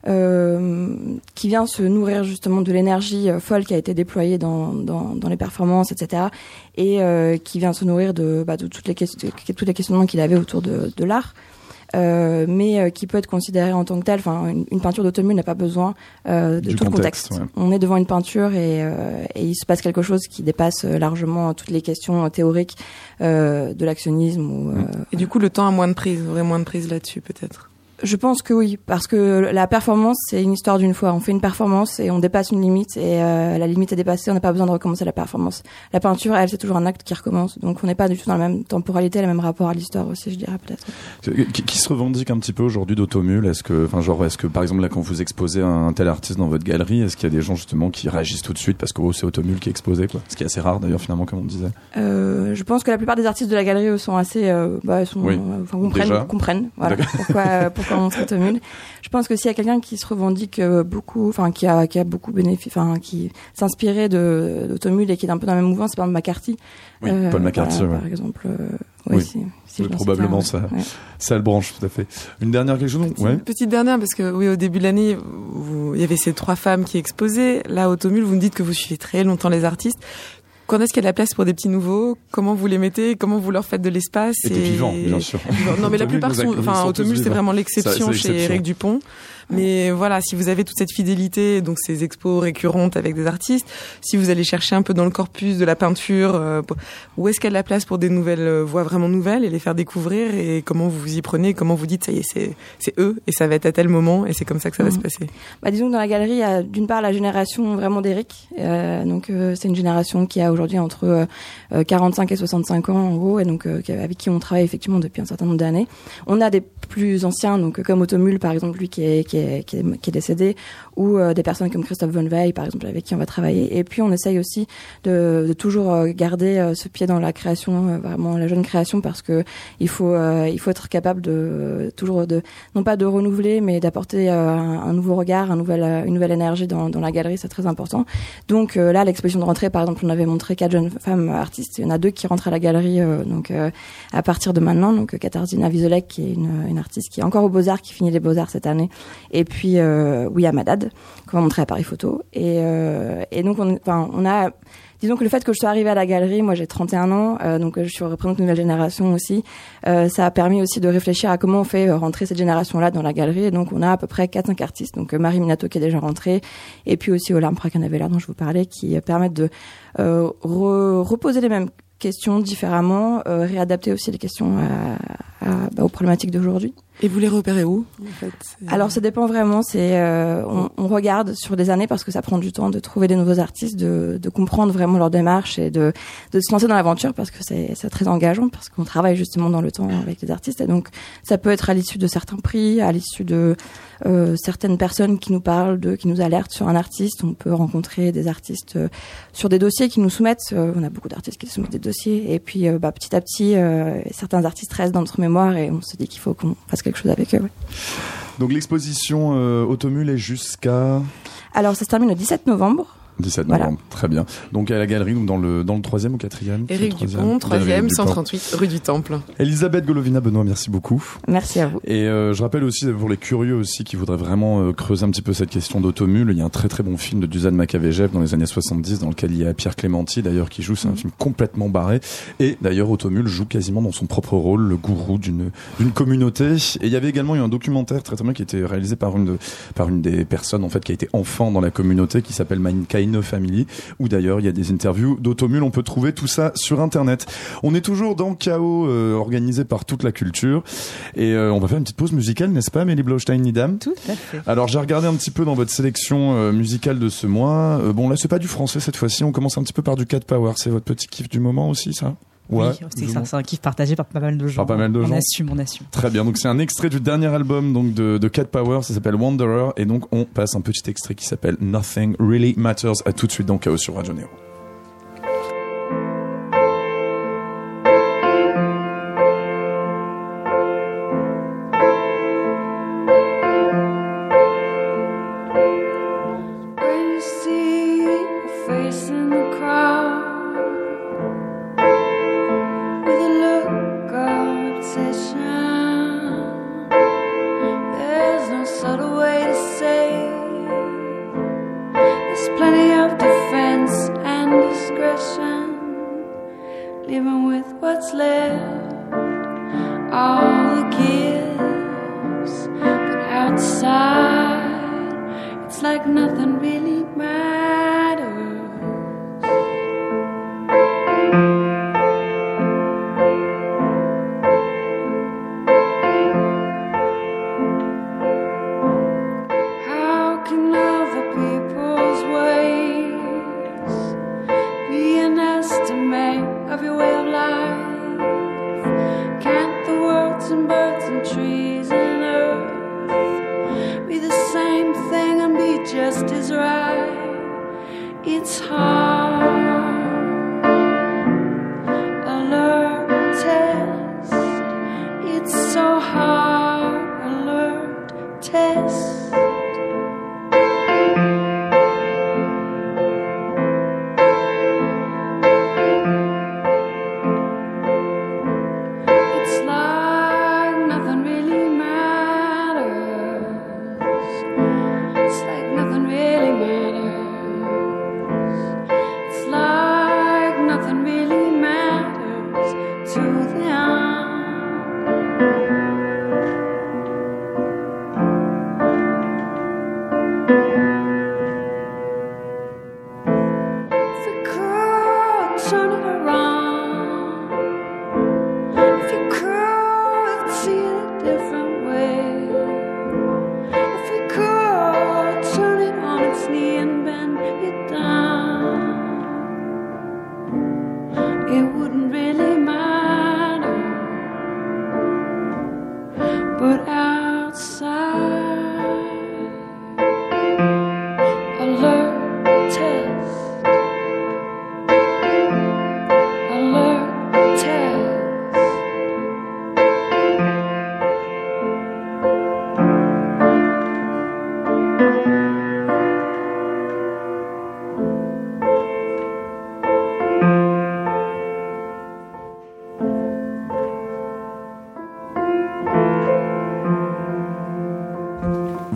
Euh, qui vient se nourrir justement de l'énergie euh, folle qui a été déployée dans, dans, dans les performances, et cetera. Et euh, qui vient se nourrir de, bah, de toutes les questions, de, tous les questionnements qu'il avait autour de, de l'art. Euh, mais euh, qui peut être considéré en tant que tel. Enfin, une, une peinture d'Automule n'a pas besoin euh, de du tout contexte, le contexte. Ouais. On est devant une peinture et, euh, et il se passe quelque chose qui dépasse largement toutes les questions théoriques euh, de l'actionnisme. Ou, euh, et du coup, le temps a moins de prise, aurait moins de prise là-dessus, peut-être. Je pense que oui, parce que la performance, c'est une histoire d'une fois. On fait une performance et on dépasse une limite, et euh, la limite est dépassée, on n'a pas besoin de recommencer la performance. La peinture, elle, c'est toujours un acte qui recommence, donc on n'est pas du tout dans la même temporalité, le même rapport à l'histoire aussi, je dirais peut-être. Qui, qui se revendique un petit peu aujourd'hui d'Automule? Est-ce que, enfin, genre, est-ce que par exemple là, quand vous exposez un tel artiste dans votre galerie, est-ce qu'il y a des gens justement qui réagissent tout de suite parce que oh, c'est Automule qui est exposé, quoi? Ce qui est assez rare d'ailleurs finalement, comme on disait. Euh, je pense que la plupart des artistes de la galerie eux, sont assez, euh, bah, sont, oui. euh, enfin, comprennent, comprennent, voilà, pourquoi, euh, pourquoi on montre Automule. Je pense que s'il y a quelqu'un qui se revendique beaucoup, enfin qui a qui a beaucoup bénéfice, enfin qui s'inspirait de d'Automule et qui est un peu dans le même mouvement, c'est par exemple McCarthy. Oui, euh, Paul McCarthy, voilà, ouais. par exemple. Euh, ouais, oui, si, si oui probablement ça, ouais. ça le branche tout à fait. Une dernière quelque chose, petite, ouais. Petite dernière parce que oui, au début de l'année, vous, il y avait ces trois femmes qui exposaient. Là, Automule, vous me dites que vous suivez très longtemps les artistes. Quand est-ce qu'il y a de la place pour des petits nouveaux? Comment vous les mettez? Comment vous leur faites de l'espace? Et, et des vivants, bien sûr. Non, mais la plupart sont, enfin, Automule, c'est vraiment l'exception chez Éric Dupont. Mais voilà, si vous avez toute cette fidélité, donc ces expos récurrentes avec des artistes, si vous allez chercher un peu dans le corpus de la peinture, euh, où est-ce qu'il y a de la place pour des nouvelles voix vraiment nouvelles et les faire découvrir, et comment vous vous y prenez, comment vous dites ça y est, c'est c'est eux et ça va être à tel moment et c'est comme ça que ça va mmh. se passer. Bah disons que dans la galerie, il y a d'une part la génération vraiment d'Éric, euh, donc euh, c'est une génération qui a aujourd'hui entre euh, quarante-cinq et soixante-cinq ans en gros, et donc euh, avec qui on travaille effectivement depuis un certain nombre d'années. On a des plus anciens, donc comme Automule par exemple, lui qui est qui est qui est, qui est décédé, ou euh, des personnes comme Christophe von Weil par exemple, avec qui on va travailler. Et puis on essaye aussi de, de toujours euh, garder euh, ce pied dans la création, euh, vraiment la jeune création, parce que il faut euh, il faut être capable de toujours de non pas de renouveler, mais d'apporter euh, un, un nouveau regard, un nouvel, euh, une nouvelle énergie dans, dans la galerie, c'est très important. Donc euh, là, l'exposition de rentrée, par exemple, on avait montré quatre jeunes femmes artistes. Il y en a deux qui rentrent à la galerie, euh, donc euh, à partir de maintenant. Donc Katarzyna Wieselek, qui est une, une artiste qui est encore aux Beaux-Arts, qui finit les Beaux-Arts cette année, et puis euh, William Haddad, qu'on va montrer à Paris Photo. Et, euh, et donc, on, enfin, on a... Disons que le fait que je sois arrivée à la galerie, moi j'ai trente et un ans, euh, donc je suis représentante de nouvelle génération aussi, euh, ça a permis aussi de réfléchir à comment on fait rentrer cette génération-là dans la galerie. Et donc on a à peu près quatre cinq artistes, donc euh, Marie Minato qui est déjà rentrée, et puis aussi Olam Prakanavela dont je vous parlais, qui permettent de euh, re- reposer les mêmes questions différemment, euh, réadapter aussi les questions à, à, bah, aux problématiques d'aujourd'hui. Et vous les repérez où, en fait? Alors, ça dépend vraiment. C'est, euh, on, on regarde sur des années parce que ça prend du temps de trouver des nouveaux artistes, de, de comprendre vraiment leur démarche et de, de se lancer dans l'aventure parce que c'est, c'est très engageant parce qu'on travaille justement dans le temps avec les artistes. Et donc, ça peut être à l'issue de certains prix, à l'issue de euh, certaines personnes qui nous parlent, de, qui nous alertent sur un artiste. On peut rencontrer des artistes euh, sur des dossiers qui nous soumettent. Euh, on a beaucoup d'artistes qui soumettent des dossiers. Et puis, euh, bah, petit à petit, euh, certains artistes restent dans notre mémoire et on se dit qu'il faut qu'on fasse quelque chose avec eux. Ouais. Donc l'exposition euh, Automule est jusqu'à... Alors ça se termine le dix-sept novembre. dix-sept Voilà. novembre, très bien. Donc à la galerie, donc dans le dans le troisième ou quatrième. Éric Dupont, troisième, cent trente-huit rue du Temple. Elisabeth Golovina, Benoît, merci beaucoup. Merci à vous. Et euh, je rappelle aussi pour les curieux aussi qui voudraient vraiment euh, creuser un petit peu cette question d'automule, il y a un très très bon film de Dusan Makavejev dans les années soixante-dix dans lequel il y a Pierre Clémenti d'ailleurs qui joue, c'est un film complètement barré. Et d'ailleurs Automule joue quasiment dans son propre rôle le gourou d'une d'une communauté. Et il y avait également eu un documentaire très très bien qui a été réalisé par une de, par une des personnes en fait qui a été enfant dans la communauté qui s'appelle Mein Keine Family, où d'ailleurs il y a des interviews d'Automule, on peut trouver tout ça sur internet. On est toujours dans Chaos euh, organisé par toute la culture et euh, on va faire une petite pause musicale, n'est-ce pas Mélie Blaustein-Nidam? Tout à fait. Alors j'ai regardé un petit peu dans votre sélection euh, musicale de ce mois, euh, bon là c'est pas du français cette fois-ci, on commence un petit peu par du Cat Power, c'est votre petit kiff du moment aussi ça? Ouais, oui, c'est, ça, c'est un kiff partagé par pas mal de gens. Par pas mal de on gens. assume, on assume. Très bien, donc c'est un extrait du dernier album donc de, de Cat Power, ça s'appelle Wanderer, et donc on passe un petit extrait qui s'appelle Nothing Really Matters. À tout de suite dans Chaos sur Radio Néo.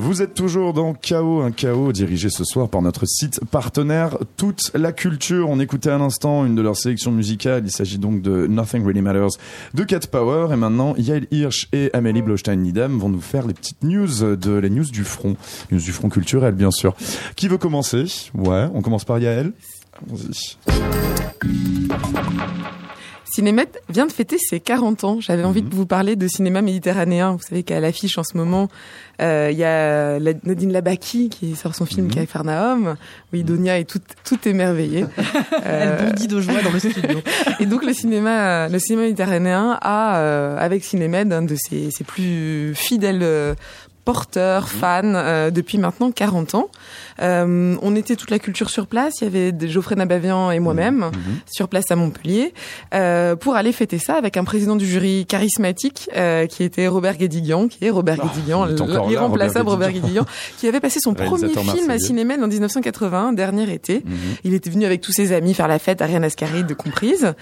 Vous êtes toujours dans K O, un K O dirigé ce soir par notre site partenaire Toute la Culture. On écoutait à l'instant une de leurs sélections musicales. Il s'agit donc de Nothing Really Matters de Cat Power. Et maintenant, Yael Hirsch et Amélie Blostein-Nidam vont nous faire les petites news de les news du front. News du front culturel, bien sûr. Qui veut commencer? Ouais, on commence par Yael. Allons-y. Cinémet vient de fêter ses quarante ans. J'avais envie mmh. de vous parler de cinéma méditerranéen. Vous savez qu'à l'affiche en ce moment, il euh, y a la, Nadine Labaki qui sort son film mmh. Capharnaüm, où Idonia est toute, toute émerveillée. euh, Elle bondit de joie dans le studio. Et donc le cinéma, le cinéma méditerranéen a, euh, avec Cinémed, un de ses, ses plus fidèles euh, porteurs, fans, euh, depuis maintenant quarante ans. Euh, on était toute la culture sur place. Il y avait Geoffrey Nabavian et moi-même mmh. sur place à Montpellier euh, pour aller fêter ça avec un président du jury charismatique euh, qui était Robert Guédiguian, qui est Robert oh, Guédiguian, l'irremplaçable Robert Guédiguian, qui avait passé son premier film à Cinémed en dix-neuf cent quatre-vingt, dernier été. Mmh. Il était venu avec tous ses amis faire la fête, Ariane Ascaride comprise.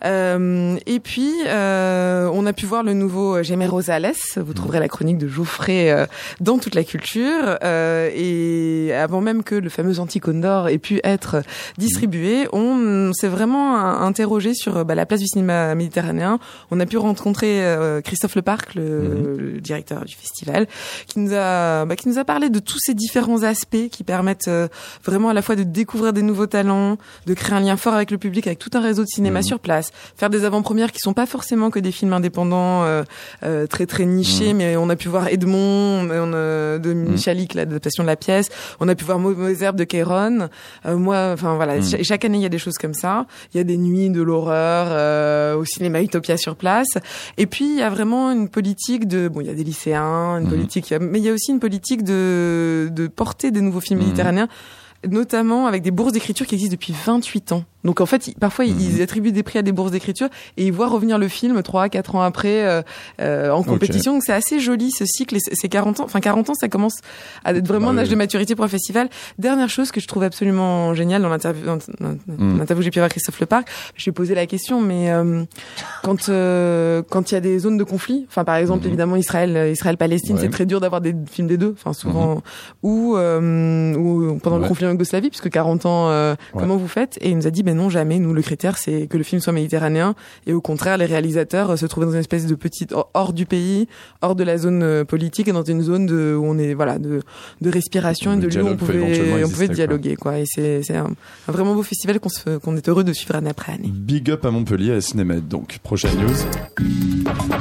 Euh, et puis euh, on a pu voir le nouveau Jaime Rosales. Vous trouverez la chronique de Geoffrey euh, dans Toute la Culture. Euh, et avant même que le fameux Anticondor ait pu être distribué, on s'est vraiment interrogé sur bah, la place du cinéma méditerranéen. On a pu rencontrer euh, Christophe Leparc, le, mmh. le directeur du festival, qui nous a bah, qui nous a parlé de tous ces différents aspects qui permettent euh, vraiment à la fois de découvrir des nouveaux talents, de créer un lien fort avec le public, avec tout un réseau de cinéma mmh. sur place, faire des avant-premières qui sont pas forcément que des films indépendants euh, euh, très très nichés, mmh. mais on a pu voir Edmond on a, de Michalik, mmh. l'adaptation de la pièce. On a pu voir Mauvaises herbes de Kéron. Euh, moi, enfin voilà, mmh. ch- chaque année il y a des choses comme ça. Il y a des nuits de l'horreur euh, au cinéma Utopia sur place. Et puis il y a vraiment une politique de, bon, il y a des lycéens, une mmh. politique, mais il y a aussi une politique de de porter des nouveaux films mmh. méditerranéens, notamment avec des bourses d'écriture qui existent depuis vingt-huit ans. Donc en fait, parfois mmh. ils attribuent des prix à des bourses d'écriture et ils voient revenir le film trois, quatre ans après euh, euh, en compétition. Okay. Donc c'est assez joli ce cycle. Et c'est quarante ans, enfin quarante ans, ça commence à être vraiment bah, un âge oui. de maturité pour un festival. Dernière chose que je trouve absolument géniale dans l'interview, dans, dans, mmh. l'interview que j'ai pu avoir Christophe Leparc, je lui ai posé la question, mais euh, quand euh, quand il y a des zones de conflit, enfin par exemple mmh. évidemment Israël, Israël-Palestine, ouais. c'est très dur d'avoir des films des deux, enfin souvent, mmh. ou euh, ou pendant ouais. le conflit en Yougoslavie, puisque quarante ans, euh, ouais. comment vous faites? Et il nous a dit, ben non, jamais. Nous, le critère, c'est que le film soit méditerranéen. Et au contraire, les réalisateurs euh, se trouvaient dans une espèce de petite, hors du pays, hors de la zone euh, politique, et dans une zone de, où on est, voilà, de, de respiration et de lieu où on pouvait, on pouvait dialoguer, quoi. quoi. Et c'est, c'est un, un vraiment beau festival qu'on se, qu'on est heureux de suivre année après année. Big up à Montpellier, à Cinémed. Donc, prochaine news.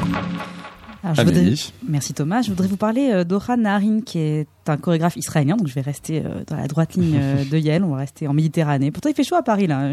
Alors, je voudrais, merci Thomas. Je voudrais vous parler euh, d'Oran Naharin, qui est un chorégraphe israélien. Donc je vais rester euh, dans la droite ligne euh, de Yale. On va rester en Méditerranée. Pourtant il fait chaud à Paris là.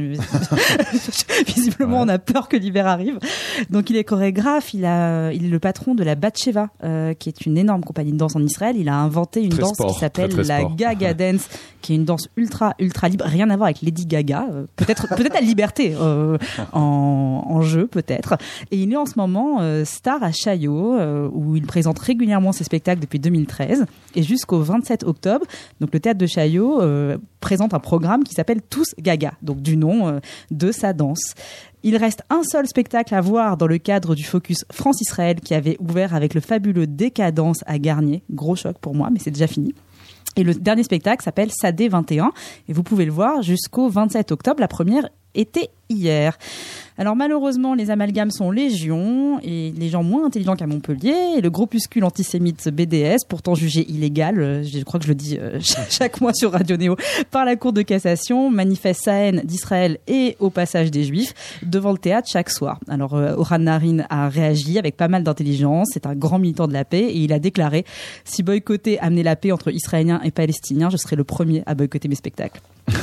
Visiblement ouais. on a peur que l'hiver arrive. Donc il est chorégraphe. Il a, il est le patron de la Batsheva, euh, qui est une énorme compagnie de danse en Israël. Il a inventé une très danse sport, qui s'appelle très, très la sport. Gaga Dance, qui est une danse ultra ultra libre. Rien à voir avec Lady Gaga. Euh, peut-être peut-être la liberté euh, en, en jeu peut-être. Et il est en ce moment euh, star à Chaillot, euh, où il présente régulièrement ses spectacles depuis deux mille treize et jusqu'au vingt-sept octobre. Donc le théâtre de Chaillot euh, présente un programme qui s'appelle Tous Gaga, donc du nom euh, de sa danse. Il reste un seul spectacle à voir dans le cadre du Focus France-Israël qui avait ouvert avec le fabuleux Décadence à Garnier. Gros choc pour moi, mais c'est déjà fini. Et le dernier spectacle s'appelle Sadé vingt et un et vous pouvez le voir jusqu'au vingt-sept octobre. La première était hier. Alors malheureusement, les amalgames sont légion et les gens moins intelligents qu'à Montpellier et le groupuscule antisémite B D S, pourtant jugé illégal, je crois que je le dis chaque mois sur Radio Néo, par la Cour de cassation, manifeste sa haine d'Israël et au passage des Juifs devant le théâtre chaque soir. Alors Oran Naharin a réagi avec pas mal d'intelligence, c'est un grand militant de la paix et il a déclaré « Si boycotter amenait la paix entre Israéliens et Palestiniens, je serais le premier à boycotter mes spectacles. »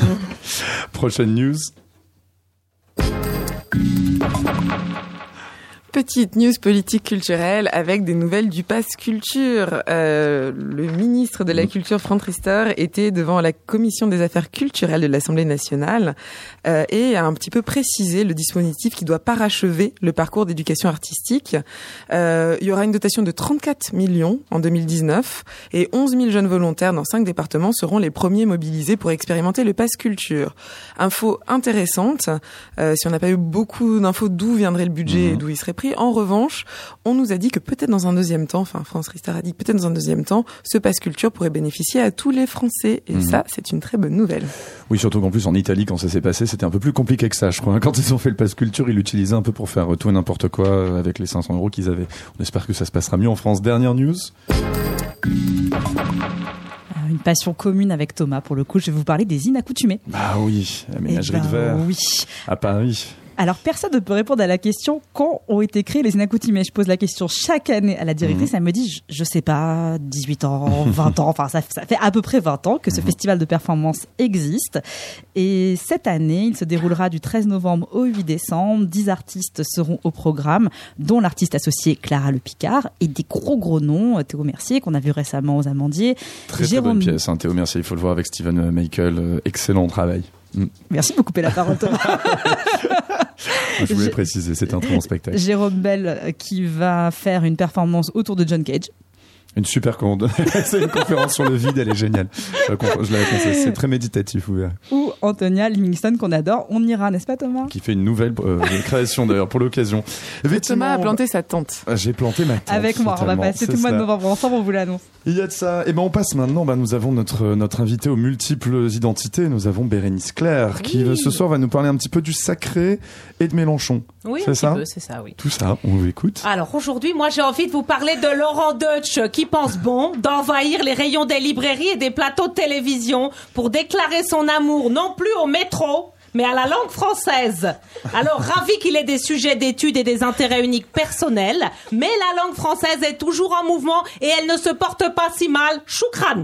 Prochaine news. Petite news politique culturelle avec des nouvelles du Pass Culture. Euh, le ministre de la Culture, Franck Riester, était devant la Commission des Affaires culturelles de l'Assemblée nationale euh, et a un petit peu précisé le dispositif qui doit parachever le parcours d'éducation artistique. Euh, il y aura une dotation de trente-quatre millions en deux mille dix-neuf et onze mille jeunes volontaires dans cinq départements seront les premiers mobilisés pour expérimenter le Pass Culture. Info intéressante, euh, si on n'a pas eu beaucoup d'infos d'où viendrait le budget mmh. et d'où il serait en revanche, on nous a dit que peut-être dans un deuxième temps, enfin France Riester a dit que peut-être dans un deuxième temps, ce Pass Culture culture pourrait bénéficier à tous les Français. Et mmh. ça, c'est une très bonne nouvelle. Oui, surtout qu'en plus, en Italie, quand ça s'est passé, c'était un peu plus compliqué que ça, je crois. Quand ils ont fait le pass culture, ils l'utilisaient un peu pour faire tout et n'importe quoi avec les cinq cents euros qu'ils avaient. On espère que ça se passera mieux en France. Dernière news. Une passion commune avec Thomas, pour le coup, je vais vous parler des inaccoutumés. Ah oui, la ménagerie eh ben, de verre. Oui. À Paris. Alors, personne ne peut répondre à la question quand ont été créés les inaccoutumés. Je pose la question chaque année à la directrice. Mmh. Elle me dit, je, je sais pas, dix-huit ans, vingt ans. Enfin, ça, ça fait à peu près vingt ans que ce mmh. festival de performance existe. Et cette année, il se déroulera du treize novembre au huit décembre. dix artistes seront au programme, dont l'artiste associé Clara Le Picard et des gros gros noms. Théo Mercier, qu'on a vu récemment aux Amandiers. Très, Jérôme... très bonne pièce, hein, Théo Mercier. Il faut le voir avec Steven Michael. Euh, excellent travail. Mmh. Merci de me couper la parole, Thomas. Je voulais préciser, c'est un très bon spectacle. Jérôme Bell qui va faire une performance autour de John Cage. Une super commande. C'est une conférence sur le vide, elle est géniale. Je l'avais pensé, c'est très méditatif, vous verrez. Ou Antonia Livingston qu'on adore, on ira, n'est-ce pas Thomas ? Qui fait une nouvelle euh, une création d'ailleurs pour l'occasion. Thomas a planté sa tente. J'ai planté ma tente. Avec moi, totalement. On va passer tout le mois de novembre ensemble, on vous l'annonce. Il y a de ça. Et ben on passe maintenant, ben, nous avons notre, notre invité aux multiples identités, nous avons Bérénice Claire, oui. qui ce soir va nous parler un petit peu du Sacré et de Mélenchon. Oui, c'est un ça petit peu, c'est ça, oui. Tout ça, on vous écoute. Alors aujourd'hui, moi j'ai envie de vous parler de Laurent Deutsch qui pense bon d'envahir les rayons des librairies et des plateaux de télévision pour déclarer son amour non plus au métro, mais à la langue française. Alors, ravi qu'il ait des sujets d'études et des intérêts uniques personnels, mais la langue française est toujours en mouvement et elle ne se porte pas si mal. Choukran.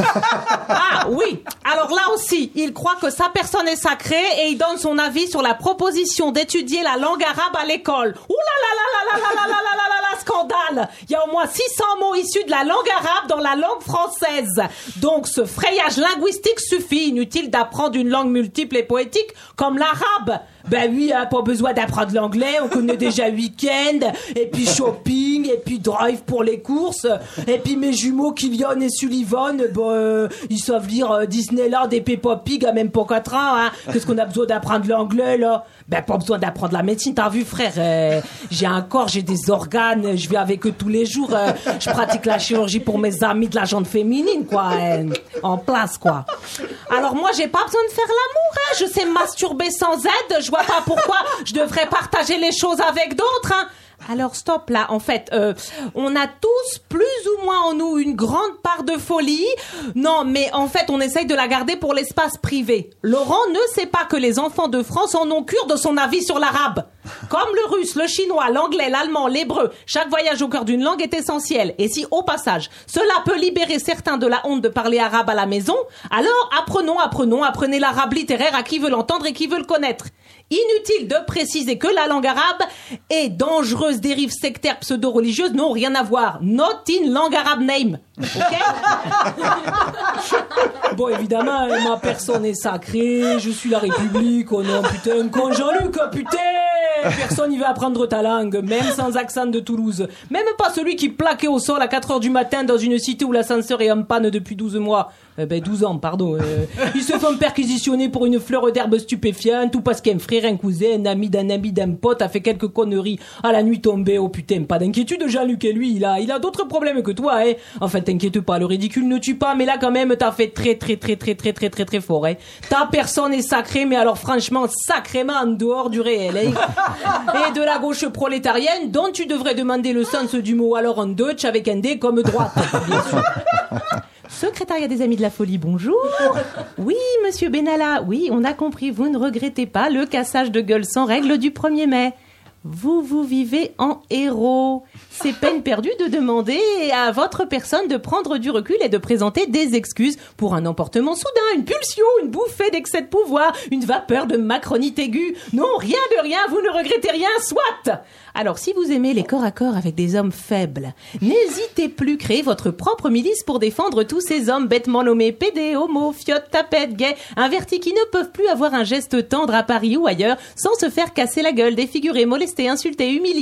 Ah oui, alors là aussi, il croit que sa personne est sacrée et il donne son avis sur la proposition d'étudier la langue arabe à l'école. Ouh là là là là là là là là là là là là, scandale. Il y a au moins six cents mots issus de la langue arabe dans la langue française. Donc ce frayage linguistique suffit, inutile d'apprendre une langue multiple et poétique comme l'arabe. Ben oui, hein, pas besoin d'apprendre l'anglais, on connaît déjà week-end, et puis shopping, et puis drive pour les courses, et puis mes jumeaux Kylian et Sullivan, ben, euh, ils savent lire euh, Disneyland et Peppa Pig à même pas quatre ans, hein. Qu'est-ce qu'on a besoin d'apprendre l'anglais, là? Ben pas besoin d'apprendre la médecine, t'as vu frère, euh, j'ai un corps, j'ai des organes, je vais avec eux tous les jours, euh, je pratique la chirurgie pour mes amis de la jante féminine, quoi, euh, en place, quoi. Alors moi j'ai pas besoin de faire l'amour, hein. Je sais masturber sans aide, je vois pas pourquoi je devrais partager les choses avec d'autres, hein. Alors stop là, en fait, euh, on a tous plus ou moins en nous une grande part de folie. Non, mais en fait, on essaye de la garder pour l'espace privé. Laurent ne sait pas que les enfants de France en ont cure de son avis sur l'arabe. Comme le russe, le chinois, l'anglais, l'allemand, l'hébreu, chaque voyage au cœur d'une langue est essentiel. Et si, au passage, cela peut libérer certains de la honte de parler arabe à la maison, alors apprenons, apprenons, apprenez l'arabe littéraire à qui veut l'entendre et qui veut le connaître. Inutile de préciser que la langue arabe et dangereuses dérives sectaires pseudo-religieuses n'ont rien à voir. Not in langue arabe name. Ok? Bon, évidemment, ma personne est sacrée, je suis la République, oh non, putain, con Jean-Luc, putain! Personne n'y va apprendre ta langue, même sans accent de Toulouse. Même pas celui qui plaquait au sol à quatre heures du matin dans une cité où l'ascenseur est en panne depuis douze mois. Euh, ben douze ans, pardon. Euh, ils se font perquisitionner pour une fleur d'herbe stupéfiante ou parce qu'un frère, un cousin, un ami d'un ami d'un pote a fait quelques conneries à la nuit tombée. Oh putain, pas d'inquiétude, Jean-Luc, et lui, il a, il a d'autres problèmes que toi, hein. Enfin, t'inquiète pas, le ridicule ne tue pas, mais là, quand même, t'as fait très, très, très, très, très, très, très, très fort, hein. Ta personne est sacrée, mais alors, franchement, sacrément en dehors du réel, hein. Et de la gauche prolétarienne, dont tu devrais demander le sens du mot alors en Deutsch avec un D comme droite, bien sûr. Secrétariat des Amis de la Folie, bonjour. Oui, monsieur Benalla, oui, on a compris, vous ne regrettez pas le cassage de gueule sans règle du premier mai. Vous, vous vivez en héros. C'est peine perdue de demander à votre personne de prendre du recul et de présenter des excuses pour un emportement soudain, une pulsion, une bouffée d'excès de pouvoir, une vapeur de macronite aiguë. Non, rien de rien, vous ne regrettez rien, soit. Alors, si vous aimez les corps à corps avec des hommes faibles, n'hésitez plus, créez votre propre milice pour défendre tous ces hommes bêtement nommés pédés, homos, fiottes, tapettes, gays, invertis qui ne peuvent plus avoir un geste tendre à Paris ou ailleurs sans se faire casser la gueule, défigurer, molester, insulter, humilier.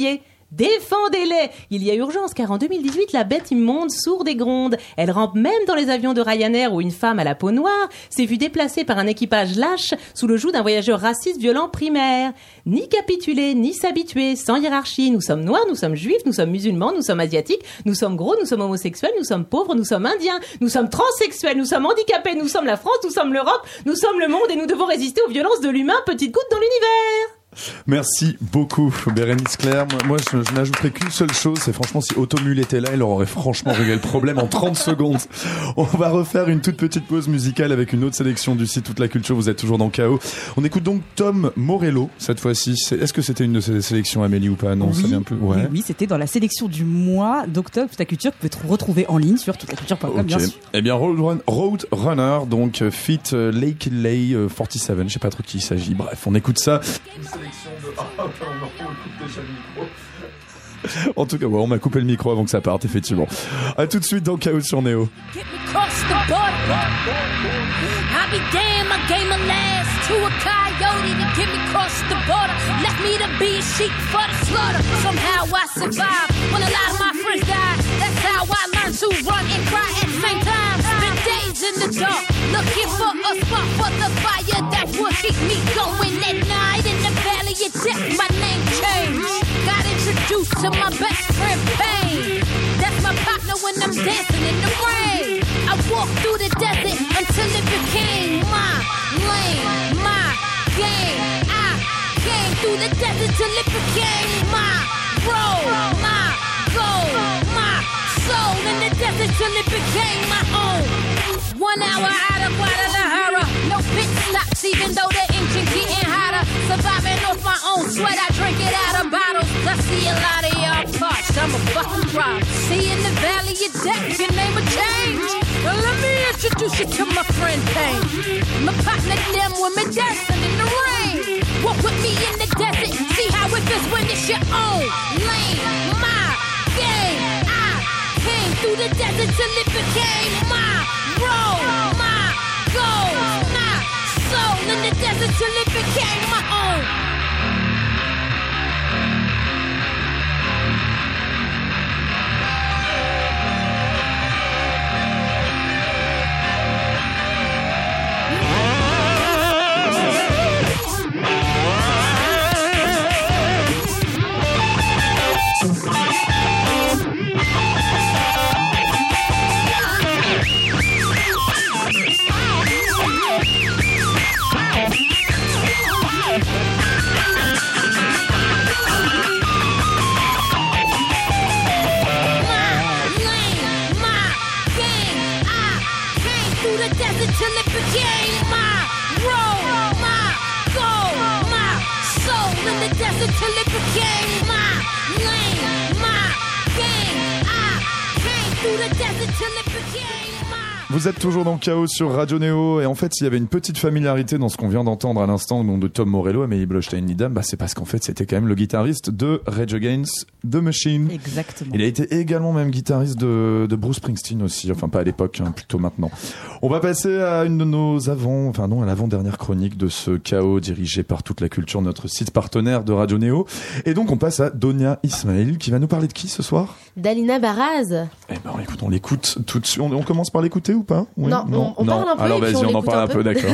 Défendez-les! Il y a urgence, car en deux mille dix-huit, la bête immonde sourde et gronde. Elle rampe même dans les avions de Ryanair où une femme à la peau noire s'est vue déplacée par un équipage lâche sous le joug d'un voyageur raciste violent primaire. Ni capituler, ni s'habituer, sans hiérarchie. Nous sommes noirs, nous sommes juifs, nous sommes musulmans, nous sommes asiatiques, nous sommes gros, nous sommes homosexuels, nous sommes pauvres, nous sommes indiens, nous sommes transsexuels, nous sommes handicapés, nous sommes la France, nous sommes l'Europe, nous sommes le monde et nous devons résister aux violences de l'humain, petite goutte dans l'univers. Merci beaucoup, Bérénice Claire. Moi, moi je, je n'ajouterais qu'une seule chose, c'est franchement, si Automule était là, il leur aurait franchement réglé le problème en trente secondes. On va refaire une toute petite pause musicale avec une autre sélection du site Toute la Culture. Vous êtes toujours dans K O. On écoute donc Tom Morello, cette fois-ci. C'est, est-ce que c'était une de ces sélections, Amélie, ou pas? Non, oui, ça vient plus. Ouais. Oui, oui, c'était dans la sélection du mois d'octobre Toute la Culture, que vous pouvez retrouver en ligne sur toute la culture point com, Okay. bien sûr. Eh bien, Road, Run, Road Runner, donc, fit euh, Lake Lay euh, quarante-sept, je sais pas trop qui il s'agit. Bref, on écoute ça. Une sélection de... En tout cas, ouais, on m'a coupé le micro avant que ça parte, effectivement. À tout de suite dans K O sur Néo. I'll be damn, I gave my last to a coyote to get me across the border. Left me to be a sheep for the slaughter. Somehow I survived when a lot of my friends died. That's how I learned to run and cry at the same time. Spent days in the dark, looking for a spot for the fire that would keep me going at night. In the valley of death, my name changed. Got introduced to my best friend, Pain. That's my partner when I'm dancing in the rain. I walked through the desert until it became my lane, my game. I came through the desert till it became my road, my goal, my soul in the desert till it became my own. One hour out of Guadalajara, no pit stops even though the engine getting hotter. Surviving off my own sweat, I drink it out of bottles. I see a lot of y'all parched, I'm a fucking rock. See in the valley of death, your name will change. Now let me introduce you to my friend Pain. My partner, them women dancing in the rain. Walk with me in the desert, see how it feels when it's your own lane. My game, I came through the desert till it became my road, my goal, my soul in the desert till it became my own. Till it became my road, my goal, my soul in the desert till it became my lane, my game. I came through the desert till it became my... Vous êtes toujours dans K O sur Radio Néo, et en fait, s'il y avait une petite familiarité dans ce qu'on vient d'entendre à l'instant, donc de Tom Morello, Amélie Blostein-Lidam, bah c'est parce qu'en fait, c'était quand même le guitariste de Rage Against the Machine. Exactement. Il a été également même guitariste de, de Bruce Springsteen aussi, enfin pas à l'époque, hein, plutôt maintenant. On va passer à une de nos avant, enfin non, à l'avant-dernière chronique de ce K O dirigé par Toute la Culture, notre site partenaire de Radio Néo. Et donc on passe à Donia Ismail, qui va nous parler de qui ce soir? D'Alina Baraz. Eh ben écoute, on l'écoute tout de suite. On, on commence par l'écouter ou pas? Oui, non, non, on, on non. parle un peu. Alors et puis vas-y, on, on en parle un peu, peu d'accord.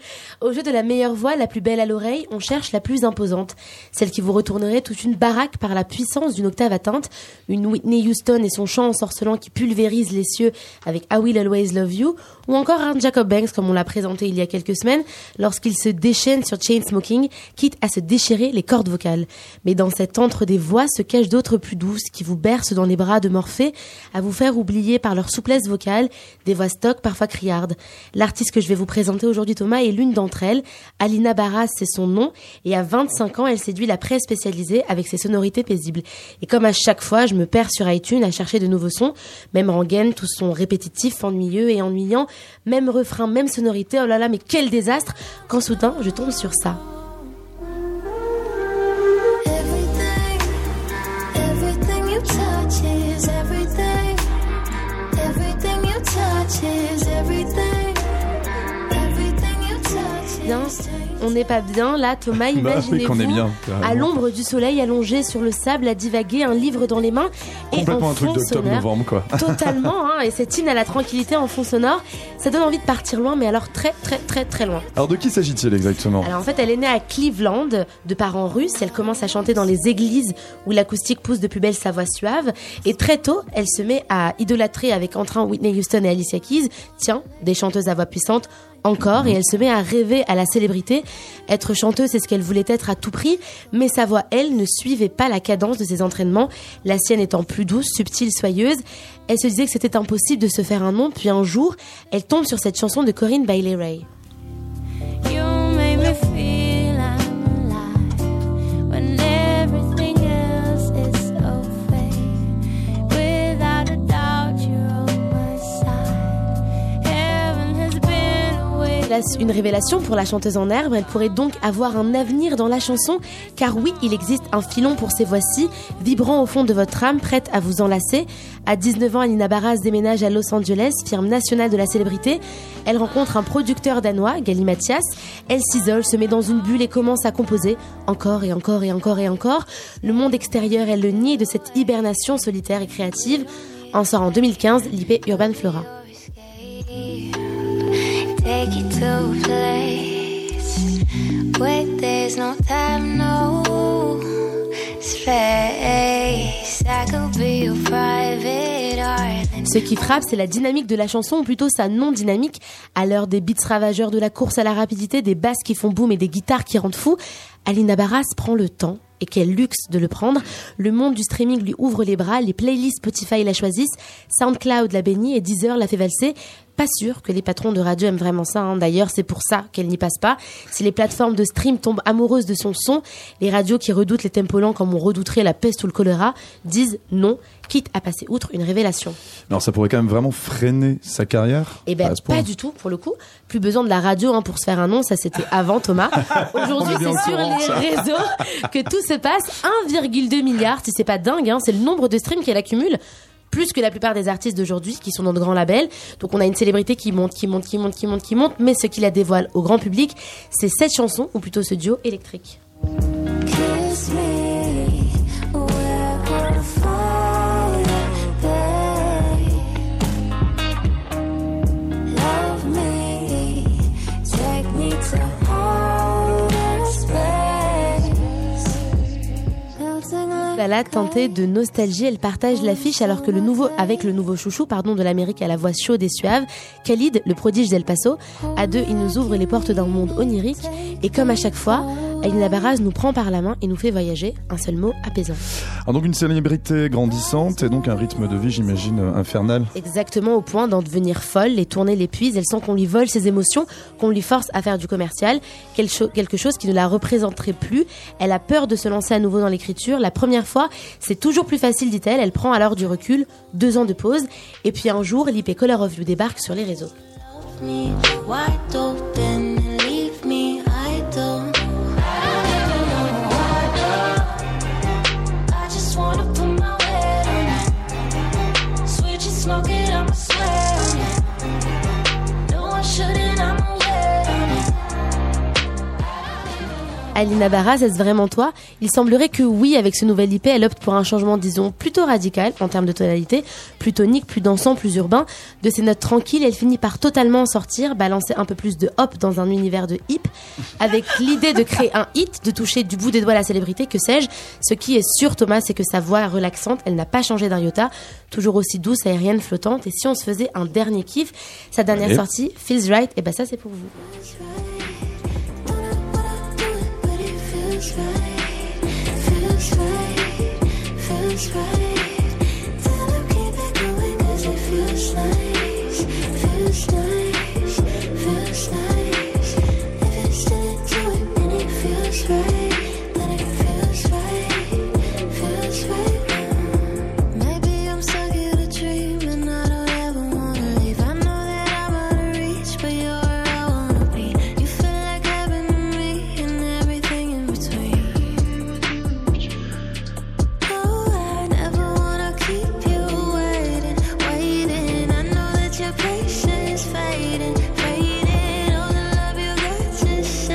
Au jeu de la meilleure voix, la plus belle à l'oreille, on cherche la plus imposante, celle qui vous retournerait toute une baraque par la puissance d'une octave atteinte, une Whitney Houston et son chant ensorcelant qui pulvérise les cieux avec I Will Always Love You, ou encore un Jacob Banks comme on l'a présenté il y a quelques semaines lorsqu'il se déchaîne sur Chainsmoking, quitte à se déchirer les cordes vocales. Mais dans cet antre des voix se cachent d'autres plus douces qui vous bercent dans les bras de Morphée, à vous faire oublier par leur souplesse vocale des voix stock parfois criardes. L'artiste que je vais vous présenter aujourd'hui, Thomas, est l'une d'entre elles. Alina Baraz, c'est son nom, et à vingt-cinq ans, elle séduit la presse spécialisée avec ses sonorités paisibles. Et comme à chaque fois, je me perds sur iTunes à chercher de nouveaux sons, même rengaine, tous sont répétitifs, ennuyeux et ennuyants, même refrain, même sonorité, oh là là, mais quel désastre, quand soudain, je tombe sur ça. Everything, everything you touch is everything. Everything you touch is everything. Everything you touch is bien. On n'est pas bien. Là, Thomas, Bah, oui, imaginez-vous, qu'on est bien, à carrément. l'ombre du soleil, allongé sur le sable, à divaguer, un livre dans les mains. Et Complètement en un truc fond d'octobre-novembre, sonore, quoi. Totalement, hein, et cette hymne à la tranquillité en fond sonore, ça donne envie de partir loin, mais alors très, très, très, très loin. Alors, de qui s'agit-il exactement? Alors en fait, elle est née à Cleveland, de parents russes. Elle commence à chanter dans les églises où l'acoustique pousse de plus belle sa voix suave. Et très tôt, elle se met à idolâtrer avec entrain Whitney Houston et Alicia Keys. Tiens, des chanteuses à voix puissante encore. Et elle se met à rêver à la célébrité. Être chanteuse, c'est ce qu'elle voulait être à tout prix. Mais sa voix, elle, ne suivait pas la cadence de ses entraînements. La sienne étant plus douce, subtile, soyeuse. Elle se disait que c'était impossible de se faire un nom. Puis un jour, elle tombe sur cette chanson de Corinne Bailey Rae. You make me feel I'm alive when everything else is so fake. Without a doubt, you're on my side. Heaven has been away. Une révélation pour la chanteuse en herbe, elle pourrait donc avoir un avenir dans la chanson, car oui, il existe un filon pour ces voix-ci, vibrant au fond de votre âme, prête à vous enlacer. À dix-neuf ans, Alina Baraz déménage à Los Angeles, firme nationale de la célébrité. Elle rencontre un producteur danois, Gali Mathias. Elle s'isole, se met dans une bulle et commence à composer, encore et encore et encore et encore. Le monde extérieur, elle le nie de cette hibernation solitaire et créative. En sort en deux mille quinze, l'I P Urban Flora. Take you to a place where there's no time, no space. I could be your private island. Ce qui frappe, c'est la dynamique de la chanson, ou plutôt sa non-dynamique. À l'heure des beats ravageurs, de la course à la rapidité, des basses qui font boom et des guitares qui rendent fou, Alina Baraz prend le temps. Et quel luxe de le prendre. Le monde du streaming lui ouvre les bras, les playlists Spotify la choisissent, SoundCloud la bénit et Deezer la fait valser. Pas sûr que les patrons de radio aiment vraiment ça, hein. D'ailleurs, c'est pour ça qu'elle n'y passe pas. Si les plateformes de stream tombent amoureuses de son son, les radios qui redoutent les tempos lents comme on redouterait la peste ou le choléra disent non, quitte à passer outre une révélation. Alors, ça pourrait quand même vraiment freiner sa carrière? Eh ben, à ce point. pas du tout, pour le coup. Plus besoin de la radio, hein, pour se faire un nom, ça c'était avant Thomas. Aujourd'hui, On est bien c'est au sur courant, les ça. réseaux que tout se passe. un virgule deux milliard, si c'est pas dingue, hein, c'est le nombre de streams qu'elle accumule. Plus que la plupart des artistes d'aujourd'hui qui sont dans de grands labels. Donc on a une célébrité qui monte, qui monte, qui monte, qui monte, qui monte. Mais ce qui la dévoile au grand public, c'est cette chanson, ou plutôt ce duo électrique. Kiss me, we're gonna fall babe. Love me, take me to outer space. Lala, teintée de nostalgie, elle partage l'affiche alors que le nouveau, avec le nouveau chouchou, pardon, de l'Amérique à la voix chaude et suave, Khalid, le prodige d'El Paso. À deux, ils nous ouvrent les portes d'un monde onirique. Et comme à chaque fois, Alina Baraz nous prend par la main et nous fait voyager. Un seul mot, apaisant. Alors donc une célébrité grandissante et donc un rythme de vie, j'imagine, infernal. Exactement, au point d'en devenir folle. Les tournées l'épuisent. Elle sent qu'on lui vole ses émotions, qu'on lui force à faire du commercial. Quelque chose qui ne la représenterait plus. Elle a peur de se lancer à nouveau dans l'écriture. La première fois, c'est toujours plus facile, dit-elle. Elle prend alors du recul, deux ans de pause. Et puis un jour, l'I P Color of You débarque sur les réseaux. Me wide open and leave me idle. I just wanna put my weight on it. Switch and smoke it, I'ma swear on it. No, I shouldn't, I'ma wait on it. Alina Baraz, est-ce vraiment toi? Il semblerait que oui, avec ce nouvel I P, elle opte pour un changement, disons, plutôt radical en termes de tonalité, plus tonique, plus dansant, plus urbain. De ses notes tranquilles, elle finit par totalement en sortir, balancer un peu plus de hop dans un univers de hip, avec l'idée de créer un hit, de toucher du bout des doigts la célébrité, que sais-je. Ce qui est sûr, Thomas, c'est que sa voix est relaxante, elle n'a pas changé d'un iota, toujours aussi douce, aérienne, flottante. Et si on se faisait un dernier kiff, sa dernière Allez. sortie, Feels Right, et ben ça c'est pour vous. Feels right, feels right, feels right. Tell her keep it going 'cause it feels nice, feels nice, feels nice. If it's still into it and it feels right, then it feels right, feels right. Maybe I'm stuck in a dream and I don't ever wanna leave. I know that I'm out of reach, but you're where I wanna be. You feel like heaven to me and everything in between. Oh, I never wanna keep you waiting, waiting. I know that your patience is fading, fading. All the love you got to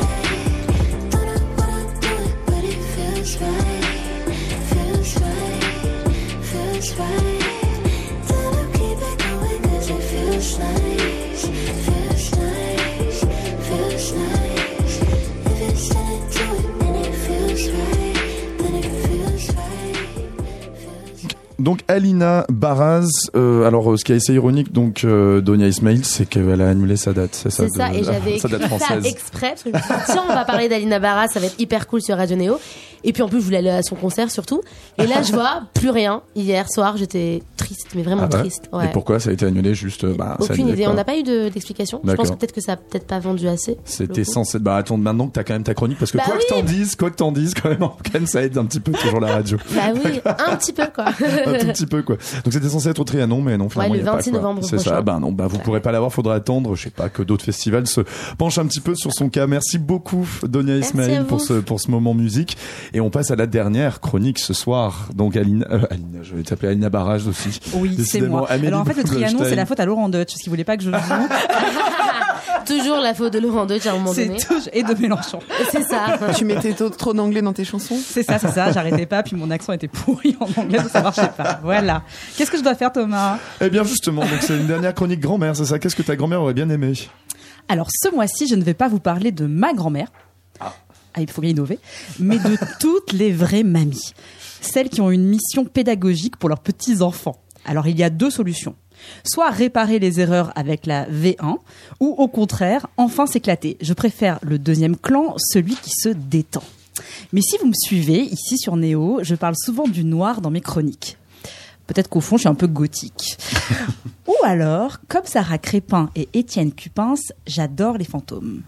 Donc Alina Baraz, euh, alors ce qui est assez ironique, donc euh, Donia Ismail, c'est qu'elle a annulé sa date, c'est ça. C'est ça, de, et j'avais sa date écrit ça française. exprès parce que je me suis dit, tiens, on va parler d'Alina Baraz, ça va être hyper cool sur Radio Néo. Et puis en plus, je voulais aller à son concert surtout. Et là, je vois plus rien. Hier soir, j'étais triste, mais vraiment Ah ouais triste. Ouais. Et pourquoi ça a été annulé juste bah, ça Aucune annulé, idée, quoi. on n'a pas eu de, d'explication. Je D'accord. pense que peut-être que ça a peut-être pas vendu assez. C'était censé. Bah attends, maintenant que t'as quand même ta chronique, parce que Bah quoi oui. que t'en dises, quoi que t'en dises, quand même, quand même, ça aide un petit peu toujours la radio. Bah oui, un petit peu quoi. Un tout petit peu quoi. Donc c'était censé être au Trianon, mais non, finalement Ouais, il le y a pas, vingt-six quoi. novembre C'est prochain. ça. Bah non, bah vous pourrez pas l'avoir, faudra attendre. Je sais pas que d'autres festivals se penchent un petit peu sur son cas. Merci beaucoup, Donia Merci Ismail, à pour vous. ce pour ce moment musique. Et on passe à la dernière chronique ce soir. Donc Alina, euh, Alina, je vais t'appeler Alina Barrage aussi. Oui, c'est Décidément, moi. Amélie Alors en fait, le Trianon, Blaustein. c'est la faute à Laurent Deutsch, parce qu'il voulait pas que je joue. Toujours la faute de Laurent Deutsch à un moment C'est donné. tout, et de Mélenchon. C'est ça. Tu mettais trop, trop d'anglais dans tes chansons? C'est ça, c'est ça. J'arrêtais pas, puis mon accent était pourri en anglais, donc ça marchait pas. Voilà. Qu'est-ce que je dois faire, Thomas? Eh bien justement, donc c'est une dernière chronique grand-mère, c'est ça. Qu'est-ce que ta grand-mère aurait bien aimé? Alors, ce mois-ci, je ne vais pas vous parler de ma grand-mère. Ah, il faut bien innover. Mais de toutes les vraies mamies. Celles qui ont une mission pédagogique pour leurs petits-enfants. Alors, il y a deux solutions. Soit réparer les erreurs avec la V un, ou au contraire, enfin s'éclater. Je préfère le deuxième clan, celui qui se détend. Mais si vous me suivez, ici sur Néo, je parle souvent du noir dans mes chroniques. Peut-être qu'au fond, je suis un peu gothique. Ou alors, comme Sarah Crépin et Étienne Cupins, j'adore les fantômes.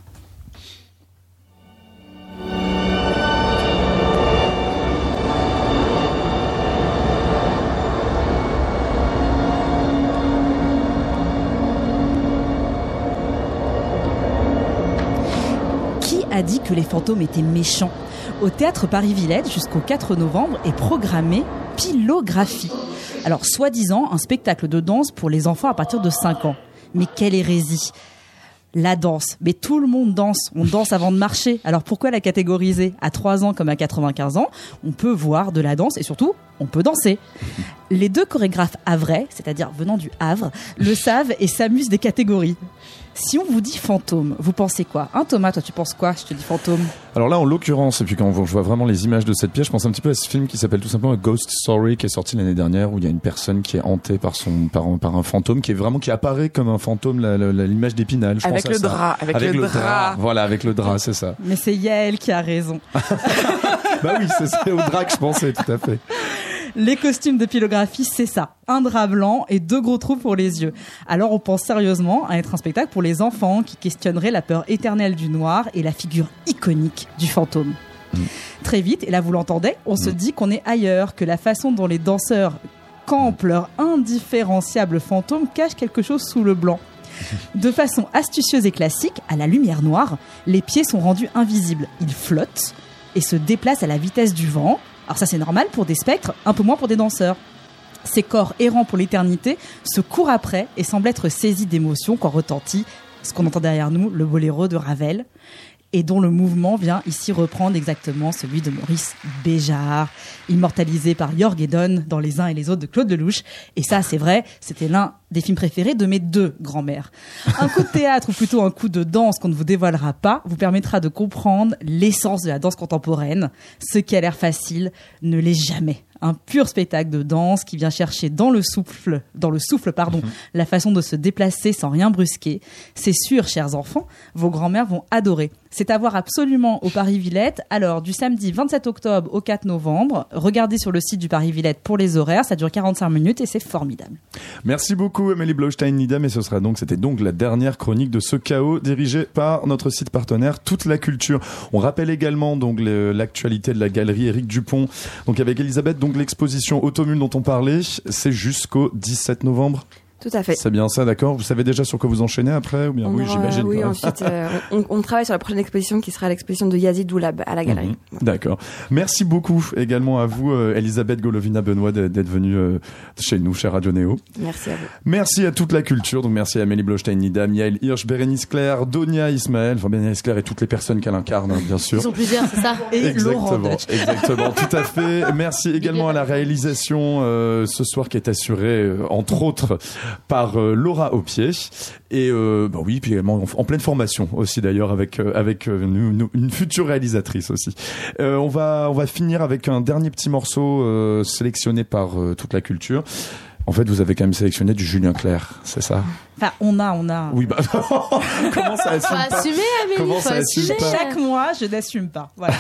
Qui a dit que les fantômes étaient méchants ? Au théâtre Paris-Villette, jusqu'au quatre novembre, est programmé Pilographie. Alors, soi-disant, un spectacle de danse pour les enfants à partir de cinq ans. Mais quelle hérésie! La danse. Mais tout le monde danse. On danse avant de marcher. Alors pourquoi la catégoriser? À trois ans comme à quatre-vingt-quinze ans, on peut voir de la danse et surtout, on peut danser. Les deux chorégraphes havrais, c'est-à-dire venant du Havre, le savent et s'amusent des catégories. Si on vous dit fantôme, vous pensez quoi? Hein, Thomas, toi tu penses quoi? Je te dis fantôme. Alors là, en l'occurrence, et puis quand je vois vraiment les images de cette pièce, je pense un petit peu à ce film qui s'appelle tout simplement Ghost Story, qui est sorti l'année dernière, où il y a une personne qui est hantée par son par un, par un fantôme, qui est vraiment qui apparaît comme un fantôme, la, la, la, l'image d'Épinal. Je Avec pense à le ça. drap, avec, Avec le, le drap. drap. Voilà, avec le drap, c'est ça. Mais c'est Yael qui a raison. Bah oui, c'est, c'est au drap que je pensais, tout à fait. Les costumes de pilographie, c'est ça. Un drap blanc et deux gros trous pour les yeux. Alors on pense sérieusement à être un spectacle pour les enfants qui questionnerait la peur éternelle du noir et la figure iconique du fantôme. Mmh. Très vite, et là vous l'entendez, on mmh. se dit qu'on est ailleurs, que la façon dont les danseurs campent leur indifférenciable fantôme cache quelque chose sous le blanc. De façon astucieuse et classique, à la lumière noire, les pieds sont rendus invisibles. Ils flottent et se déplacent à la vitesse du vent. Alors ça c'est normal pour des spectres, un peu moins pour des danseurs. Ces corps errants pour l'éternité se courent après et semblent être saisis d'émotions quand retentit ce qu'on entend derrière nous, le boléro de Ravel, et dont le mouvement vient ici reprendre exactement celui de Maurice Béjart, immortalisé par Jörg Edon dans Les uns et les autres de Claude Lelouch. Et ça, c'est vrai, c'était l'un des films préférés de mes deux grands-mères. Un coup de théâtre, ou plutôt un coup de danse qu'on ne vous dévoilera pas, vous permettra de comprendre l'essence de la danse contemporaine. Ce qui a l'air facile ne l'est jamais. Un pur spectacle de danse qui vient chercher dans le souffle, dans le souffle, pardon, mmh. la façon de se déplacer sans rien brusquer. C'est sûr, chers enfants, vos grands-mères vont adorer. C'est à voir absolument au Paris-Villette. Alors, du samedi vingt-sept octobre au quatre novembre, regardez sur le site du Paris-Villette pour les horaires. Ça dure quarante-cinq minutes et c'est formidable. Merci beaucoup, Amélie Blaustein-Nidam. Et ce sera donc, c'était donc la dernière chronique de ce chaos dirigée par notre site partenaire Toute la Culture. On rappelle également donc le, l'actualité de la galerie Éric Dupont. Donc avec Elisabeth, donc l'exposition Automule dont on parlait, c'est jusqu'au dix-sept novembre. Tout à fait. C'est bien ça, d'accord. Vous savez déjà sur quoi vous enchaînez après ou bien On oui, aura- j'imagine. Oui, quand même. ensuite, euh, on, on travaille sur la prochaine exposition qui sera l'exposition de Yazid Doulab à la galerie. Mhm. D'accord. Merci beaucoup également à vous, euh, Elisabeth Golovina-Benoît, d'être d'être venue euh, chez nous, chez Radio Néo. Merci à vous. Merci à toute la culture. Donc merci à Amélie Blostein, Nida, Miaël Hirsch, Bérénice Claire, Donia Ismaël, enfin Bérénice Claire et toutes les personnes qu'elle incarne, hein, bien sûr. Ils sont plusieurs, c'est ça. Et Laurent Exactement, Dutch. exactement, tout à fait. Merci également à la réalisation euh, ce soir qui est assurée euh, entre autres par euh, Laura Aupier et euh, bah oui, puis également en, en pleine formation aussi d'ailleurs avec euh, avec euh, nous, nous, une future réalisatrice aussi. Euh, on va on va finir avec un dernier petit morceau euh, sélectionné par euh, toute la culture. En fait, vous avez quand même sélectionné du Julien Clerc, c'est ça? Enfin, on a, on a. Oui, bah comment ça assume Faut pas assumer, Amélie, Comment faut ça assume assumer. pas Chaque mois, je n'assume pas. Voilà.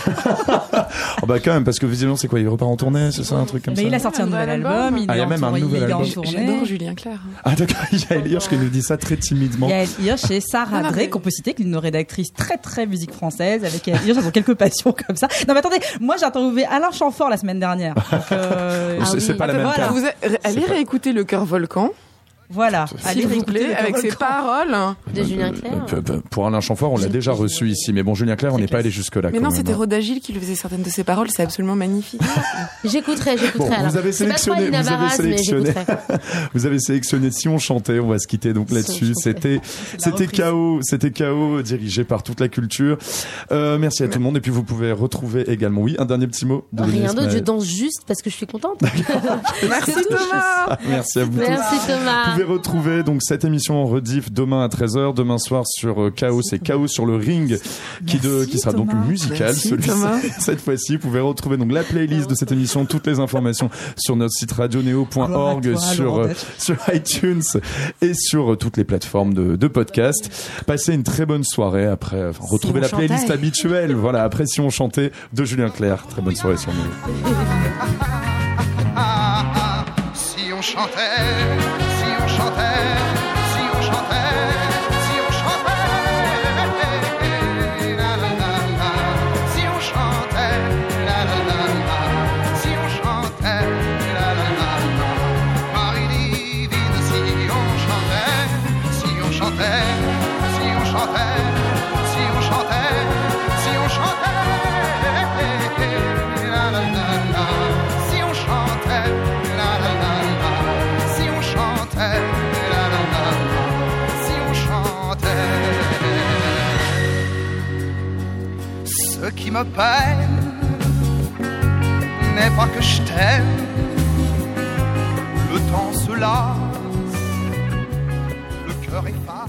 Oh bah quand même, parce que visiblement c'est quoi, il repart en tournée, c'est ça, un truc comme Mais ça? il a sorti un Un nouvel nouvel album. album. Il Ah, il y a est en même un tournée, nouvel il est en album. tournée. J'adore Julien Clerc. Ah d'accord, il y a Hirsch qui nous dit ça très timidement. Yael Hirsch et Sarah Ah, non, Drey, mais- qu'on peut citer, qui est une rédactrice très très musique française, avec Yael Hirsch, elles ont quelques passions comme ça. Non mais attendez, moi j'ai interviewé Alain Chamfort la semaine dernière. Donc, euh, Ah c'est c'est oui. pas la même Voilà. carte. Vous a- allez pas- réécouter Le Cœur Volcan, voilà. Allez s'il vous réécouter plaît, le avec ses Volcan. paroles. De Julien Clerc. Euh, euh, Pour Alain Chamfort, on l'a déjà reçu ici, mais bon, Julien Clerc, on n'est pas allé jusque-là. Mais quand non, même, c'était hein. Rodagil qui lui faisait certaines de ses paroles, c'est absolument magnifique. J'écouterai, j'écouterai. Bon, alors. vous avez C'est pas trop sélectionné, Alina vous avez Barras, mais sélectionné, j'écouterai. vous avez sélectionné Si on chantait. On va se quitter donc Si on là-dessus. chantait. C'était, C'est de la c'était reprise. K O, c'était K O dirigé par toute la culture. Euh, merci à tout le monde et puis vous pouvez retrouver également, oui, un dernier petit mot. De Rien d'autre, je Ismaël. danse juste parce que je suis contente. Merci Thomas. Merci à vous tous. Merci Vous Thomas. pouvez retrouver donc cette émission en rediff demain à treize heures, demain soir sur euh, K O, c'est K O sur le ring qui de Merci, qui sera donc Thomas. musical Merci, celui-ci Thomas. cette fois-ci. Vous pouvez retrouver donc la playlist de cette émission, toutes les informations sur notre site radionéo point org, Gloire à toi, sur Laurent euh, Dutch. sur iTunes et sur euh, toutes les plateformes de, de podcast. Passez une très bonne soirée après enfin, retrouvez on la playlist chantait. habituelle. Voilà, après Si on chantait de Julien Clerc. Très bonne soirée sur nous. Si on chantait, si on chantait, si on chantait, si on chantait, la la la la, si on chantait, la la la la, si on chantait, la la la la, Marie divine, si on chantait, si on chantait, si on chantait, si on chantait, si on chantait, la la la la, si on chantait, la la la la, si on chantait, la la la la, si on chantait. Ce qui me peine n'est pas que je t'aime, le temps se lasse, le cœur est fade.